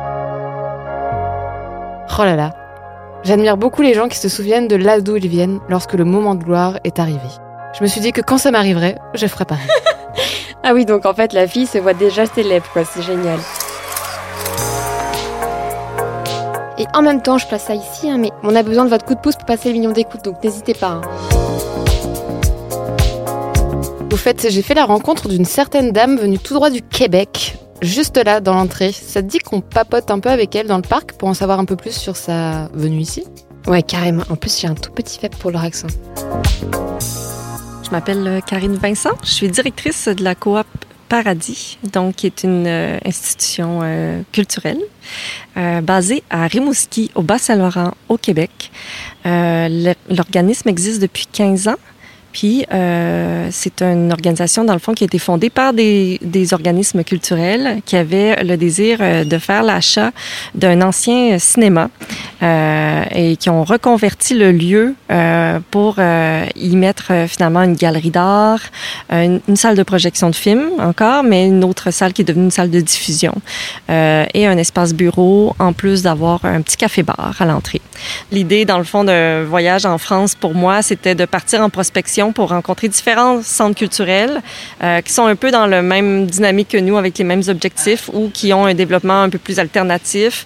Oh là là. J'admire beaucoup les gens qui se souviennent de là d'où ils viennent lorsque le moment de gloire est arrivé. Je me suis dit que quand ça m'arriverait, je ferais pareil. Ah oui, donc en fait, la fille se voit déjà célèbre, quoi. C'est génial. Et en même temps, je place ça ici, hein, mais on a besoin de votre coup de pouce pour passer le million d'écoutes, donc n'hésitez pas. Hein. Au fait, j'ai fait la rencontre d'une certaine dame venue tout droit du Québec, juste là, dans l'entrée. Ça te dit qu'on papote un peu avec elle dans le parc pour en savoir un peu plus sur sa venue ici ? Ouais, carrément. En plus, j'ai un tout petit faible pour leur accent. Je m'appelle Karine Vincent. Je suis directrice de la coop Paradis, donc qui est une euh, institution euh, culturelle euh, basée à Rimouski, au Bas-Saint-Laurent, au Québec. Euh, le, l'organisme existe depuis quinze ans. Puis, euh, c'est une organisation, dans le fond, qui a été fondée par des, des organismes culturels qui avaient le désir de faire l'achat d'un ancien cinéma euh, et qui ont reconverti le lieu euh, pour euh, y mettre euh, finalement une galerie d'art, une, une salle de projection de films encore, mais une autre salle qui est devenue une salle de diffusion euh, et un espace bureau, en plus d'avoir un petit café-bar à l'entrée. L'idée, dans le fond, d'un voyage en France, pour moi, c'était de partir en prospection pour rencontrer différents centres culturels euh, qui sont un peu dans la même dynamique que nous, avec les mêmes objectifs ou qui ont un développement un peu plus alternatif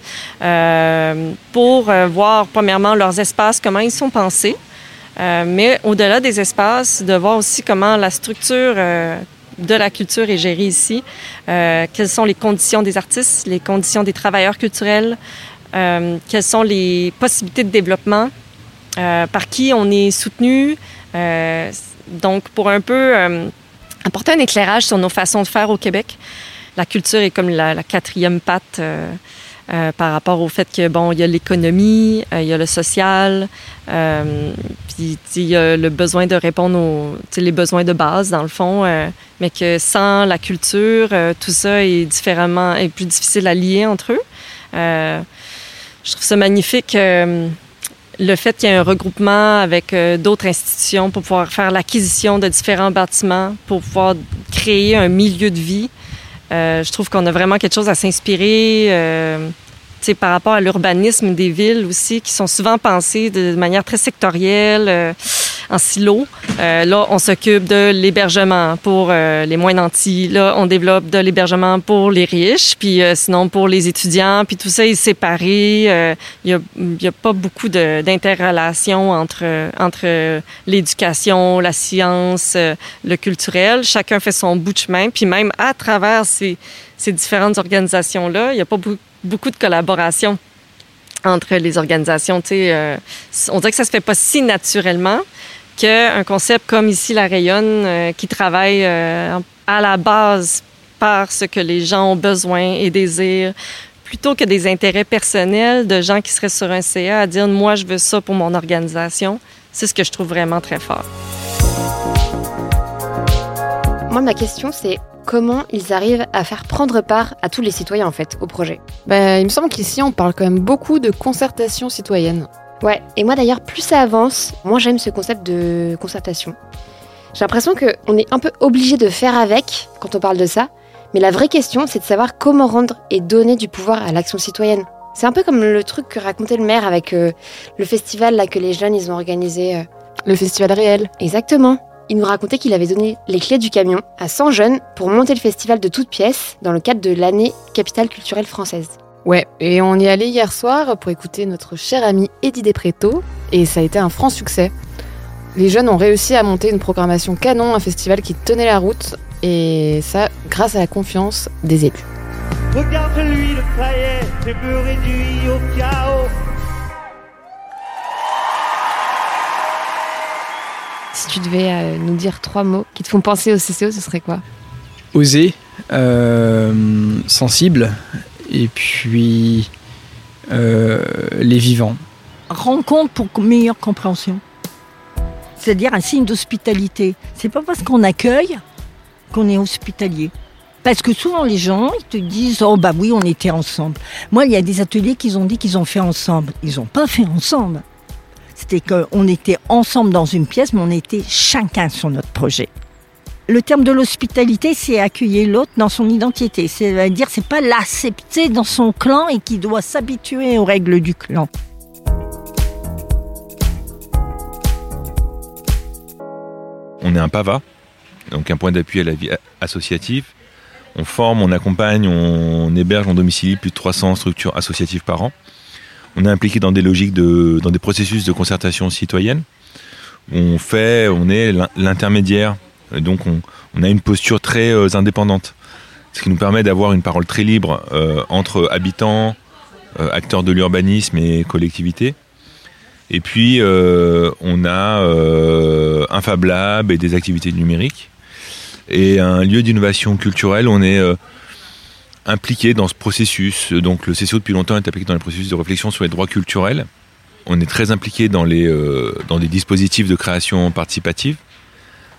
euh, pour euh, voir, premièrement, leurs espaces, comment ils sont pensés, euh, mais au-delà des espaces, de voir aussi comment la structure euh, de la culture est gérée ici, euh, quelles sont les conditions des artistes, les conditions des travailleurs culturels, euh, quelles sont les possibilités de développement, euh, par qui on est soutenu. Euh, donc, pour un peu euh, apporter un éclairage sur nos façons de faire au Québec. La culture est comme la, la quatrième patte euh, euh, par rapport au fait que, bon, il y a l'économie, euh, il y a le social, euh, puis il y a le besoin de répondre aux, les besoins de base, dans le fond, euh, mais que sans la culture, euh, tout ça est différemment, est plus difficile à lier entre eux. Euh, je trouve ça magnifique. Euh, Le fait qu'il y ait un regroupement avec euh, d'autres institutions pour pouvoir faire l'acquisition de différents bâtiments, pour pouvoir créer un milieu de vie, euh, je trouve qu'on a vraiment quelque chose à s'inspirer euh, par rapport à l'urbanisme des villes aussi, qui sont souvent pensées de manière très sectorielle, euh, en silo. Euh, là, on s'occupe de l'hébergement pour euh, les moins nantis. Là, on développe de l'hébergement pour les riches, puis euh, sinon pour les étudiants, puis tout ça est séparé. Euh, il y a, il y a pas beaucoup de, d'interrelation entre, entre l'éducation, la science, euh, le culturel. Chacun fait son bout de chemin, puis même à travers ces, ces différentes organisations-là, il n'y a pas beaucoup, beaucoup de collaboration entre les organisations. Tu sais, euh, on dirait que ça se fait pas si naturellement qu'un concept comme ici La Rayonne, euh, qui travaille euh, à la base par ce que les gens ont besoin et désirent, plutôt que des intérêts personnels de gens qui seraient sur un C A à dire « moi, je veux ça pour mon organisation », c'est ce que je trouve vraiment très fort. Moi, ma question, c'est comment ils arrivent à faire prendre part à tous les citoyens, en fait, au projet. Bah, il me semble qu'ici, on parle quand même beaucoup de concertation citoyenne. Ouais, et moi d'ailleurs, plus ça avance, moins j'aime ce concept de concertation. J'ai l'impression qu'on est un peu obligé de faire avec quand on parle de ça, mais la vraie question, c'est de savoir comment rendre et donner du pouvoir à l'action citoyenne. C'est un peu comme le truc que racontait le maire avec euh, le festival là, que les jeunes ils ont organisé. Euh... Le festival réel. Exactement. Il nous racontait qu'il avait donné les clés du camion à cent jeunes pour monter le festival de toutes pièces dans le cadre de l'année Capitale culturelle française. Ouais, et on y est allé hier soir pour écouter notre cher ami Eddie Despretto, et ça a été un franc succès. Les jeunes ont réussi à monter une programmation canon, un festival qui tenait la route, et ça grâce à la confiance des élus. Regarde-lui le paillet, c'est peu réduit au chaos. Si tu devais euh, nous dire trois mots qui te font penser au C C O, ce serait quoi ? Oser, euh, sensible, et puis euh, les vivants. Rencontre pour meilleure compréhension. C'est-à-dire un signe d'hospitalité. C'est pas parce qu'on accueille qu'on est hospitalier. Parce que souvent les gens, ils te disent « Oh bah oui, on était ensemble ». Moi, il y a des ateliers qu'ils ont dit qu'ils ont fait ensemble. Ils n'ont pas fait ensemble. C'était qu'on était ensemble dans une pièce, mais on était chacun sur notre projet. Le terme de l'hospitalité, c'est accueillir l'autre dans son identité. C'est-à-dire, c'est pas l'accepter dans son clan et qui doit s'habituer aux règles du clan. On est un P A V A, donc un point d'appui à la vie associative. On forme, on accompagne, on héberge, on domicilie plus de trois cents structures associatives par an. On est impliqué dans des logiques, de, dans des processus de concertation citoyenne. On fait, on est l'intermédiaire. Donc on, on a une posture très euh, indépendante, ce qui nous permet d'avoir une parole très libre euh, entre habitants, euh, acteurs de l'urbanisme et collectivités. Et puis euh, on a euh, un Fab Lab et des activités numériques et un lieu d'innovation culturelle. On est euh, impliqué dans ce processus. Donc le C C O depuis longtemps est impliqué dans le processus de réflexion sur les droits culturels. On est très impliqué dans les euh, dans des dispositifs de création participative.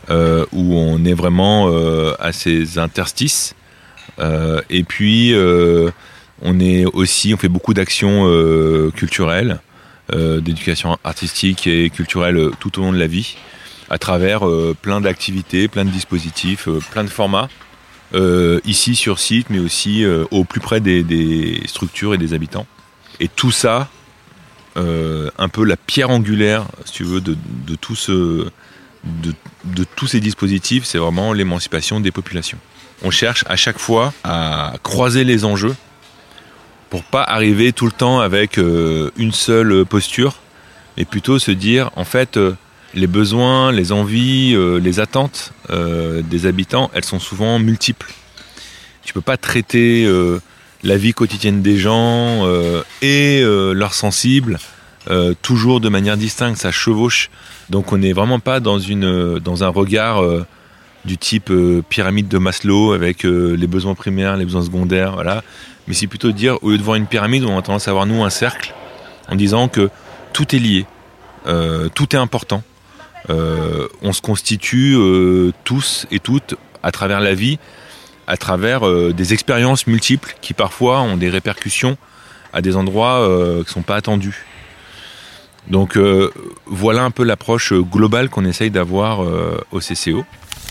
euh, où on est vraiment euh, à ces interstices. Euh, et puis, euh, on est aussi, on fait beaucoup d'actions euh, culturelles, euh, d'éducation artistique et culturelle tout au long de la vie, à travers euh, plein d'activités, plein de dispositifs, euh, plein de formats, euh, ici sur site, mais aussi euh, au plus près des, des structures et des habitants. Et tout ça, euh, un peu la pierre angulaire, si tu veux, de, de, tout ce, de, de tous ces dispositifs, c'est vraiment l'émancipation des populations. On cherche à chaque fois à croiser les enjeux pour pas arriver tout le temps avec euh, une seule posture, mais plutôt se dire, en fait, euh, les besoins, les envies, euh, les attentes euh, des habitants, elles sont souvent multiples. Tu peux pas traiter euh, la vie quotidienne des gens euh, et euh, leurs sensibles euh, toujours de manière distincte, ça chevauche. Donc on n'est vraiment pas dans, une, dans un regard euh, du type euh, pyramide de Maslow avec euh, les besoins primaires, les besoins secondaires, voilà. Mais c'est plutôt de dire, au lieu de voir une pyramide, on a tendance à voir nous un cercle en disant que tout est lié, euh, tout est important. Euh, on se constitue euh, tous et toutes à travers la vie, à travers euh, des expériences multiples qui parfois ont des répercussions à des endroits euh, qui ne sont pas attendus. Donc euh, voilà un peu l'approche globale qu'on essaye d'avoir euh, au C C O.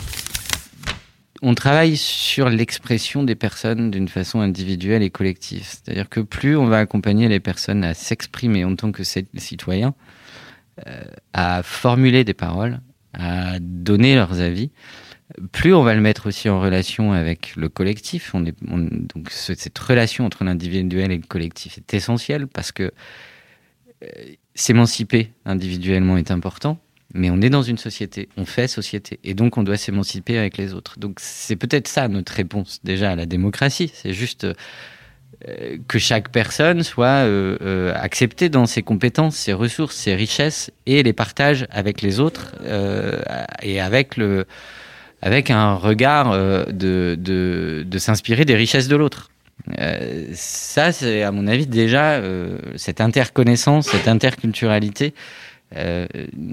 On travaille sur l'expression des personnes d'une façon individuelle et collective. C'est-à-dire que plus on va accompagner les personnes à s'exprimer en tant que citoyens, euh, à formuler des paroles, à donner leurs avis, plus on va le mettre aussi en relation avec le collectif. On est, on, donc ce, cette relation entre l'individuel et le collectif est essentielle parce que euh, s'émanciper individuellement est important. Mais on est dans une société, on fait société, et donc on doit s'émanciper avec les autres. Donc c'est peut-être ça notre réponse déjà à la démocratie, c'est juste euh, que chaque personne soit euh, euh, acceptée dans ses compétences, ses ressources, ses richesses, et les partage avec les autres, euh, et avec, le, avec un regard euh, de, de, de s'inspirer des richesses de l'autre. Euh, ça, c'est à mon avis déjà, euh, cette interconnaissance, cette interculturalité, Euh,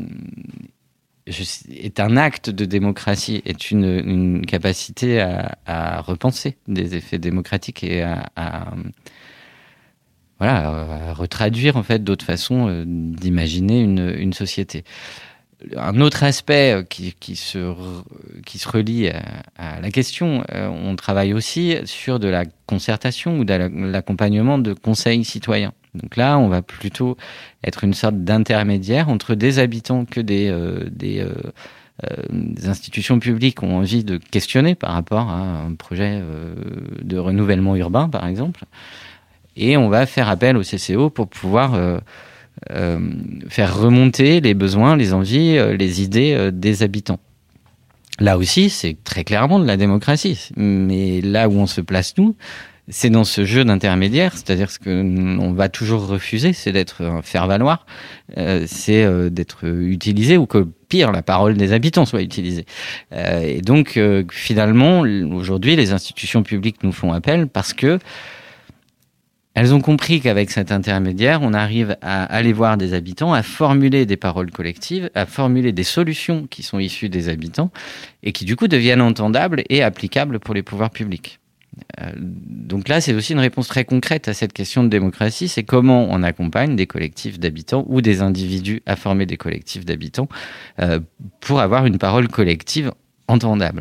est un acte de démocratie, est une, une capacité à, à repenser des effets démocratiques et à, à, voilà, à retraduire en fait d'autres façons d'imaginer une, une société. Un autre aspect qui, qui, se, qui se relie à, à la question, on travaille aussi sur de la concertation ou de l'accompagnement de conseils citoyens. Donc là, on va plutôt être une sorte d'intermédiaire entre des habitants que des, euh, des, euh, euh, des institutions publiques ont envie de questionner par rapport à un projet euh, de renouvellement urbain, par exemple. Et on va faire appel au C C O pour pouvoir euh, euh, faire remonter les besoins, les envies, euh, les idées euh, des habitants. Là aussi, c'est très clairement de la démocratie. Mais là où on se place, nous, c'est dans ce jeu d'intermédiaire, c'est-à-dire ce qu'on va toujours refuser, c'est d'être un faire-valoir, euh, c'est euh, d'être utilisé, ou que pire, la parole des habitants soit utilisée. Euh, et donc, euh, finalement, aujourd'hui, les institutions publiques nous font appel parce que elles ont compris qu'avec cet intermédiaire, on arrive à aller voir des habitants, à formuler des paroles collectives, à formuler des solutions qui sont issues des habitants et qui, du coup, deviennent entendables et applicables pour les pouvoirs publics. Euh, donc là, c'est aussi une réponse très concrète à cette question de démocratie, c'est comment on accompagne des collectifs d'habitants ou des individus à former des collectifs d'habitants euh, pour avoir une parole collective entendable.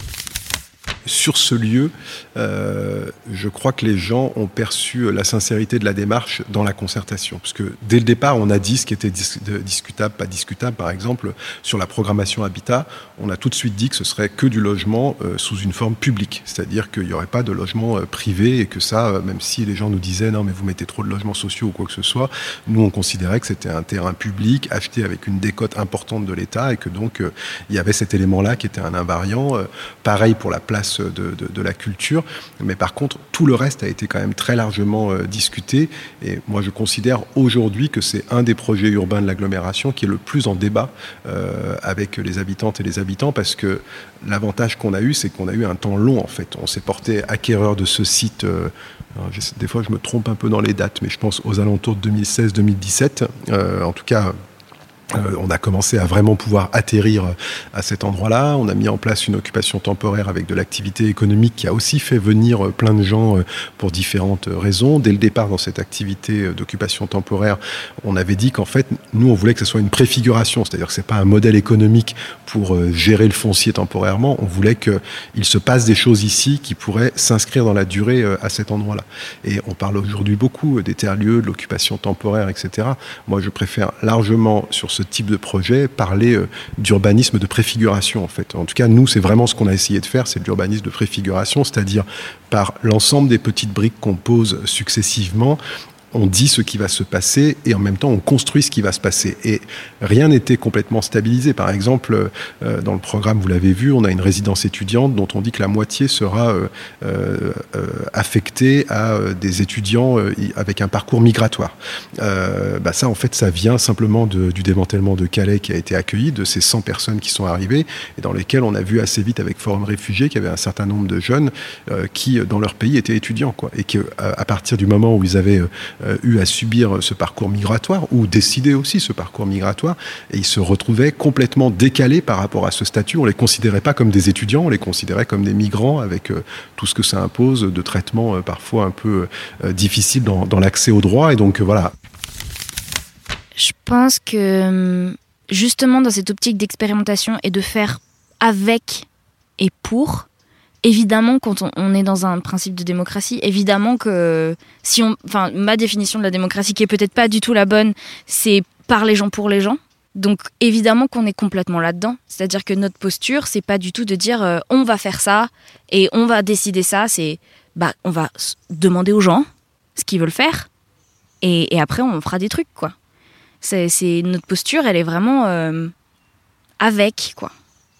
Sur ce lieu, euh, je crois que les gens ont perçu la sincérité de la démarche dans la concertation. Parce que dès le départ, on a dit ce qui était dis- discutable, pas discutable. Par exemple, sur la programmation habitat, on a tout de suite dit que ce serait que du logement euh, sous une forme publique. C'est-à-dire qu'il n'y aurait pas de logement euh, privé et que ça, euh, même si les gens nous disaient « non, mais vous mettez trop de logements sociaux » ou quoi que ce soit, nous, on considérait que c'était un terrain public acheté avec une décote importante de l'État et que donc, euh, il y avait cet élément-là qui était un invariant. Euh, pareil pour la place De, de, de la culture, mais par contre tout le reste a été quand même très largement euh, discuté, et moi je considère aujourd'hui que c'est un des projets urbains de l'agglomération qui est le plus en débat euh, avec les habitantes et les habitants, parce que l'avantage qu'on a eu, c'est qu'on a eu un temps long en fait. On s'est porté acquéreur de ce site, euh, alors, des fois je me trompe un peu dans les dates, mais je pense aux alentours de deux mille seize deux mille dix-sept, euh, en tout cas Euh, on a commencé à vraiment pouvoir atterrir à cet endroit-là. On a mis en place une occupation temporaire avec de l'activité économique qui a aussi fait venir plein de gens pour différentes raisons. Dès le départ, dans cette activité d'occupation temporaire, on avait dit qu'en fait, nous, on voulait que ce soit une préfiguration, c'est-à-dire que c'est pas un modèle économique pour gérer le foncier temporairement. On voulait qu'il se passe des choses ici qui pourraient s'inscrire dans la durée à cet endroit-là. Et on parle aujourd'hui beaucoup des tiers-lieux, de l'occupation temporaire, et cetera. Moi, je préfère largement sur ce ce type de projet, parler euh, d'urbanisme de préfiguration en fait. En tout cas, nous, c'est vraiment ce qu'on a essayé de faire, c'est de l'urbanisme de préfiguration, c'est-à-dire par l'ensemble des petites briques qu'on pose successivement, on dit ce qui va se passer et en même temps on construit ce qui va se passer. Et rien n'était complètement stabilisé. Par exemple, euh, dans le programme, vous l'avez vu, on a une résidence étudiante dont on dit que la moitié sera euh, euh, affectée à euh, des étudiants euh, avec un parcours migratoire. Euh, bah ça, en fait, ça vient simplement de, du démantèlement de Calais qui a été accueilli, de ces cent personnes qui sont arrivées et dans lesquelles on a vu assez vite avec Forum Réfugiés qu'il y avait un certain nombre de jeunes euh, qui, dans leur pays, étaient étudiants, quoi. Et qu'à à partir du moment où ils avaient euh, Euh, eu à subir ce parcours migratoire ou décider aussi ce parcours migratoire et ils se retrouvaient complètement décalés par rapport à ce statut. On les considérait pas comme des étudiants, on les considérait comme des migrants avec euh, tout ce que ça impose de traitements euh, parfois un peu euh, difficiles dans, dans l'accès aux droits et donc euh, voilà. Je pense que justement dans cette optique d'expérimentation et de faire avec et pour, évidemment, quand on, on est dans un principe de démocratie, évidemment que si on, enfin, ma définition de la démocratie, qui est peut-être pas du tout la bonne, c'est par les gens pour les gens. Donc, évidemment qu'on est complètement là-dedans. C'est-à-dire que notre posture, c'est pas du tout de dire euh, on va faire ça et on va décider ça. C'est, bah, on va demander aux gens ce qu'ils veulent faire et, et après on fera des trucs, quoi. C'est, c'est notre posture, elle est vraiment euh, avec, quoi,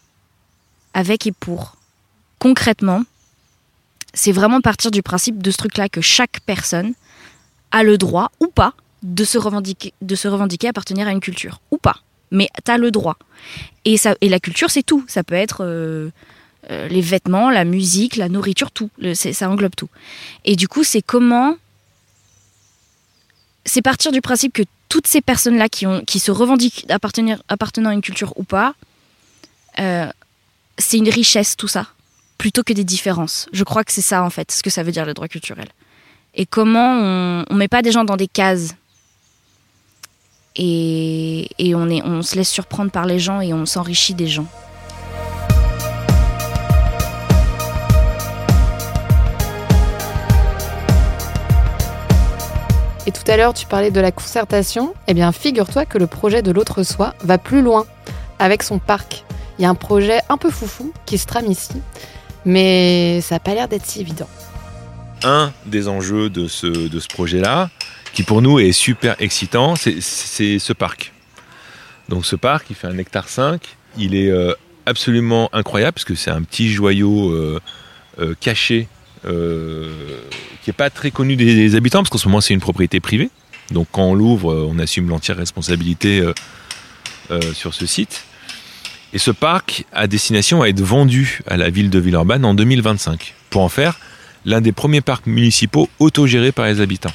avec et pour. Concrètement, c'est vraiment partir du principe de ce truc-là que chaque personne a le droit, ou pas, de se revendiquer, de se revendiquer appartenir à une culture, ou pas. Mais t'as le droit. Et, ça, et la culture, c'est tout. Ça peut être euh, euh, les vêtements, la musique, la nourriture, tout. Le, c'est, ça englobe tout. Et du coup, c'est comment... C'est partir du principe que toutes ces personnes-là qui, ont, qui se revendiquent appartenir, appartenant à une culture ou pas, euh, c'est une richesse, tout ça. Plutôt que des différences. Je crois que c'est ça, en fait, ce que ça veut dire, le droit culturel. Et comment on ne met pas des gens dans des cases. Et, et on, est, on se laisse surprendre par les gens et on s'enrichit des gens. Et tout à l'heure, tu parlais de la concertation. Eh bien, figure-toi que le projet de l'autre soi va plus loin avec son parc. Il y a un projet un peu foufou qui se trame ici. Mais ça n'a pas l'air d'être si évident. Un des enjeux de ce, de ce projet-là, qui pour nous est super excitant, c'est, c'est ce parc. Donc ce parc, il fait un hectare cinq, il est euh, absolument incroyable, parce que c'est un petit joyau euh, euh, caché, euh, qui n'est pas très connu des, des habitants, parce qu'en ce moment c'est une propriété privée. Donc quand on l'ouvre, on assume l'entière responsabilité euh, euh, sur ce site. Et ce parc a destination à être vendu à la ville de Villeurbanne en deux mille vingt-cinq, pour en faire l'un des premiers parcs municipaux autogérés par les habitants.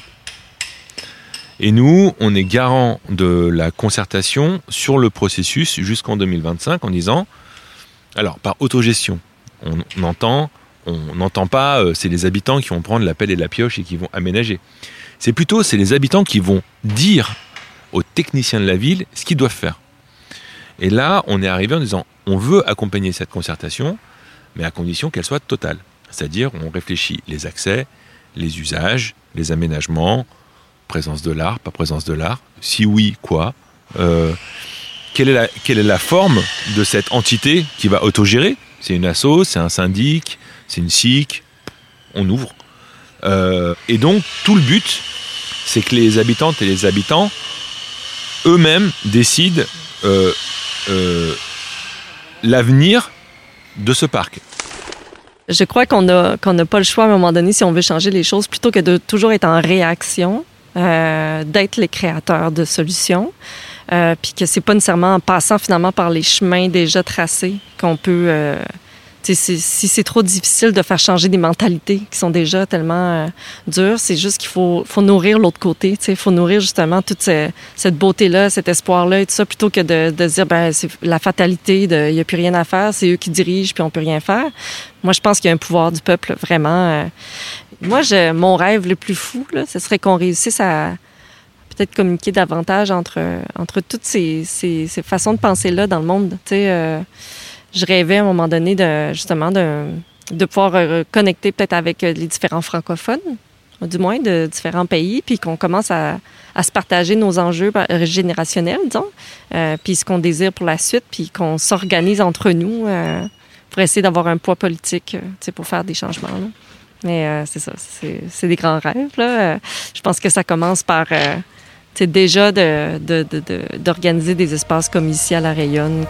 Et nous, on est garant de la concertation sur le processus jusqu'en deux mille vingt-cinq en disant, alors par autogestion, on, on entend, on n'entend pas, euh, c'est les habitants qui vont prendre la pelle et la pioche et qui vont aménager. C'est plutôt, c'est les habitants qui vont dire aux techniciens de la ville ce qu'ils doivent faire. Et là, on est arrivé en disant, on veut accompagner cette concertation, mais à condition qu'elle soit totale. C'est-à-dire, on réfléchit les accès, les usages, les aménagements, présence de l'art, pas présence de l'art, si oui, quoi, euh, quelle est la, quelle est la forme de cette entité qui va autogérer ? C'est une asso, c'est un syndic, c'est une S I C, on ouvre. Euh, et donc, tout le but, c'est que les habitantes et les habitants, eux-mêmes, décident euh, Euh, l'avenir de ce parc. Je crois qu'on a, qu'on n'a pas le choix à un moment donné si on veut changer les choses, plutôt que de toujours être en réaction, euh, d'être les créateurs de solutions, euh, puis que c'est pas nécessairement en passant finalement par les chemins déjà tracés qu'on peut euh, C'est, si c'est trop difficile de faire changer des mentalités qui sont déjà tellement euh, dures, c'est juste qu'il faut, faut nourrir l'autre côté. Il faut nourrir justement toute ce, cette beauté-là, cet espoir-là et tout ça, plutôt que de, de dire ben c'est la fatalité, il n'y a plus rien à faire, c'est eux qui dirigent puis on peut rien faire. Moi, je pense qu'il y a un pouvoir du peuple vraiment. Euh... Moi, je, mon rêve le plus fou, là, ce serait qu'on réussisse à peut-être communiquer davantage entre, entre toutes ces, ces, ces façons de penser-là dans le monde. Tu sais. Euh... Je rêvais à un moment donné de, justement de, de pouvoir connecter peut-être avec les différents francophones, du moins de différents pays, puis qu'on commence à, à se partager nos enjeux générationnels, disons, euh, puis ce qu'on désire pour la suite, puis qu'on s'organise entre nous euh, pour essayer d'avoir un poids politique, tu sais, pour faire des changements. Là. Mais euh, c'est ça, c'est, c'est des grands rêves. Là. Je pense que ça commence par euh, tu sais, déjà de, de, de, de, d'organiser des espaces comme ici à La Rayonne.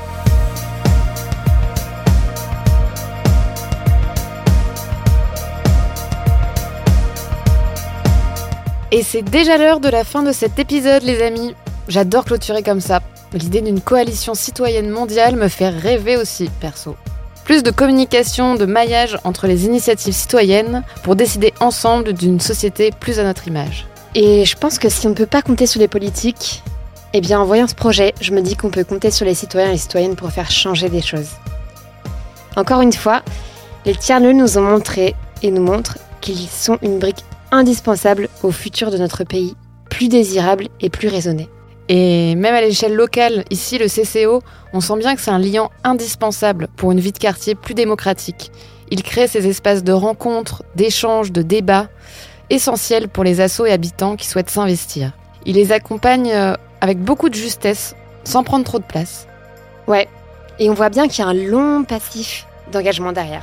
Et c'est déjà l'heure de la fin de cet épisode, les amis. J'adore clôturer comme ça. L'idée d'une coalition citoyenne mondiale me fait rêver aussi, perso. Plus de communication, de maillage entre les initiatives citoyennes pour décider ensemble d'une société plus à notre image. Et je pense que si on ne peut pas compter sur les politiques, eh bien en voyant ce projet, je me dis qu'on peut compter sur les citoyens et les citoyennes pour faire changer des choses. Encore une fois, les tiers-lieux nous ont montré et nous montrent qu'ils sont une brique indispensable au futur de notre pays, plus désirable et plus raisonné. Et même à l'échelle locale, ici le C C O, on sent bien que c'est un liant indispensable pour une vie de quartier plus démocratique. Il crée ces espaces de rencontres, d'échanges, de débats, essentiels pour les assos et habitants qui souhaitent s'investir. Il les accompagne avec beaucoup de justesse, sans prendre trop de place. Ouais, et on voit bien qu'il y a un long passif d'engagement derrière.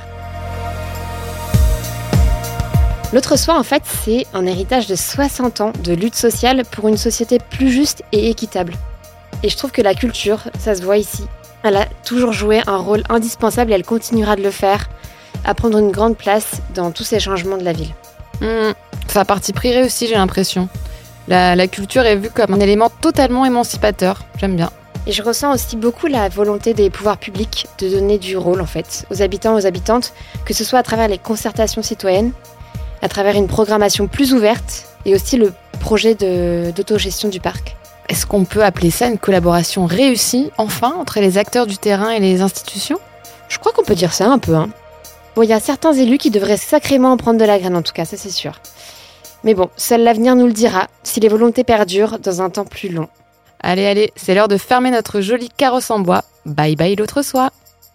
L'autre soir, en fait, c'est un héritage de soixante ans de lutte sociale pour une société plus juste et équitable. Et je trouve que la culture, ça se voit ici. Elle a toujours joué un rôle indispensable et elle continuera de le faire, à prendre une grande place dans tous ces changements de la ville. Mmh, ça a parti pris réussi, j'ai l'impression. La, la culture est vue comme un élément totalement émancipateur. J'aime bien. Et je ressens aussi beaucoup la volonté des pouvoirs publics de donner du rôle, en fait, aux habitants, aux habitantes, que ce soit à travers les concertations citoyennes, à travers une programmation plus ouverte et aussi le projet de, d'autogestion du parc. Est-ce qu'on peut appeler ça une collaboration réussie, enfin, entre les acteurs du terrain et les institutions ? Je crois qu'on peut dire ça un peu. Hein. Bon, il y a certains élus qui devraient sacrément en prendre de la graine, en tout cas, ça c'est sûr. Mais bon, seul l'avenir nous le dira, si les volontés perdurent dans un temps plus long. Allez, allez, c'est l'heure de fermer notre joli carrosse en bois. Bye bye l'autre soie.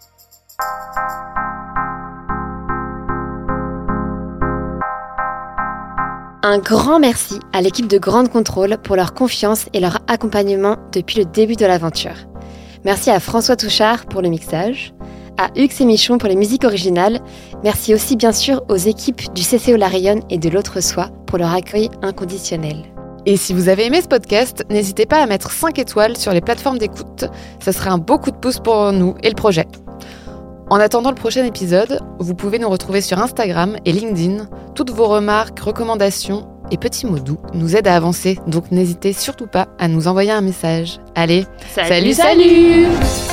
Un grand merci à l'équipe de Grande Contrôle pour leur confiance et leur accompagnement depuis le début de l'aventure. Merci à François Touchard pour le mixage, à Hugues et Michon pour les musiques originales. Merci aussi bien sûr aux équipes du C C O La Rayonne et de l'Autre Soie pour leur accueil inconditionnel. Et si vous avez aimé ce podcast, n'hésitez pas à mettre cinq étoiles sur les plateformes d'écoute. Ça serait un beau coup de pouce pour nous et le projet. En attendant le prochain épisode, vous pouvez nous retrouver sur Instagram et LinkedIn. Toutes vos remarques, recommandations et petits mots doux nous aident à avancer, donc n'hésitez surtout pas à nous envoyer un message. Allez, salut, salut, salut, salut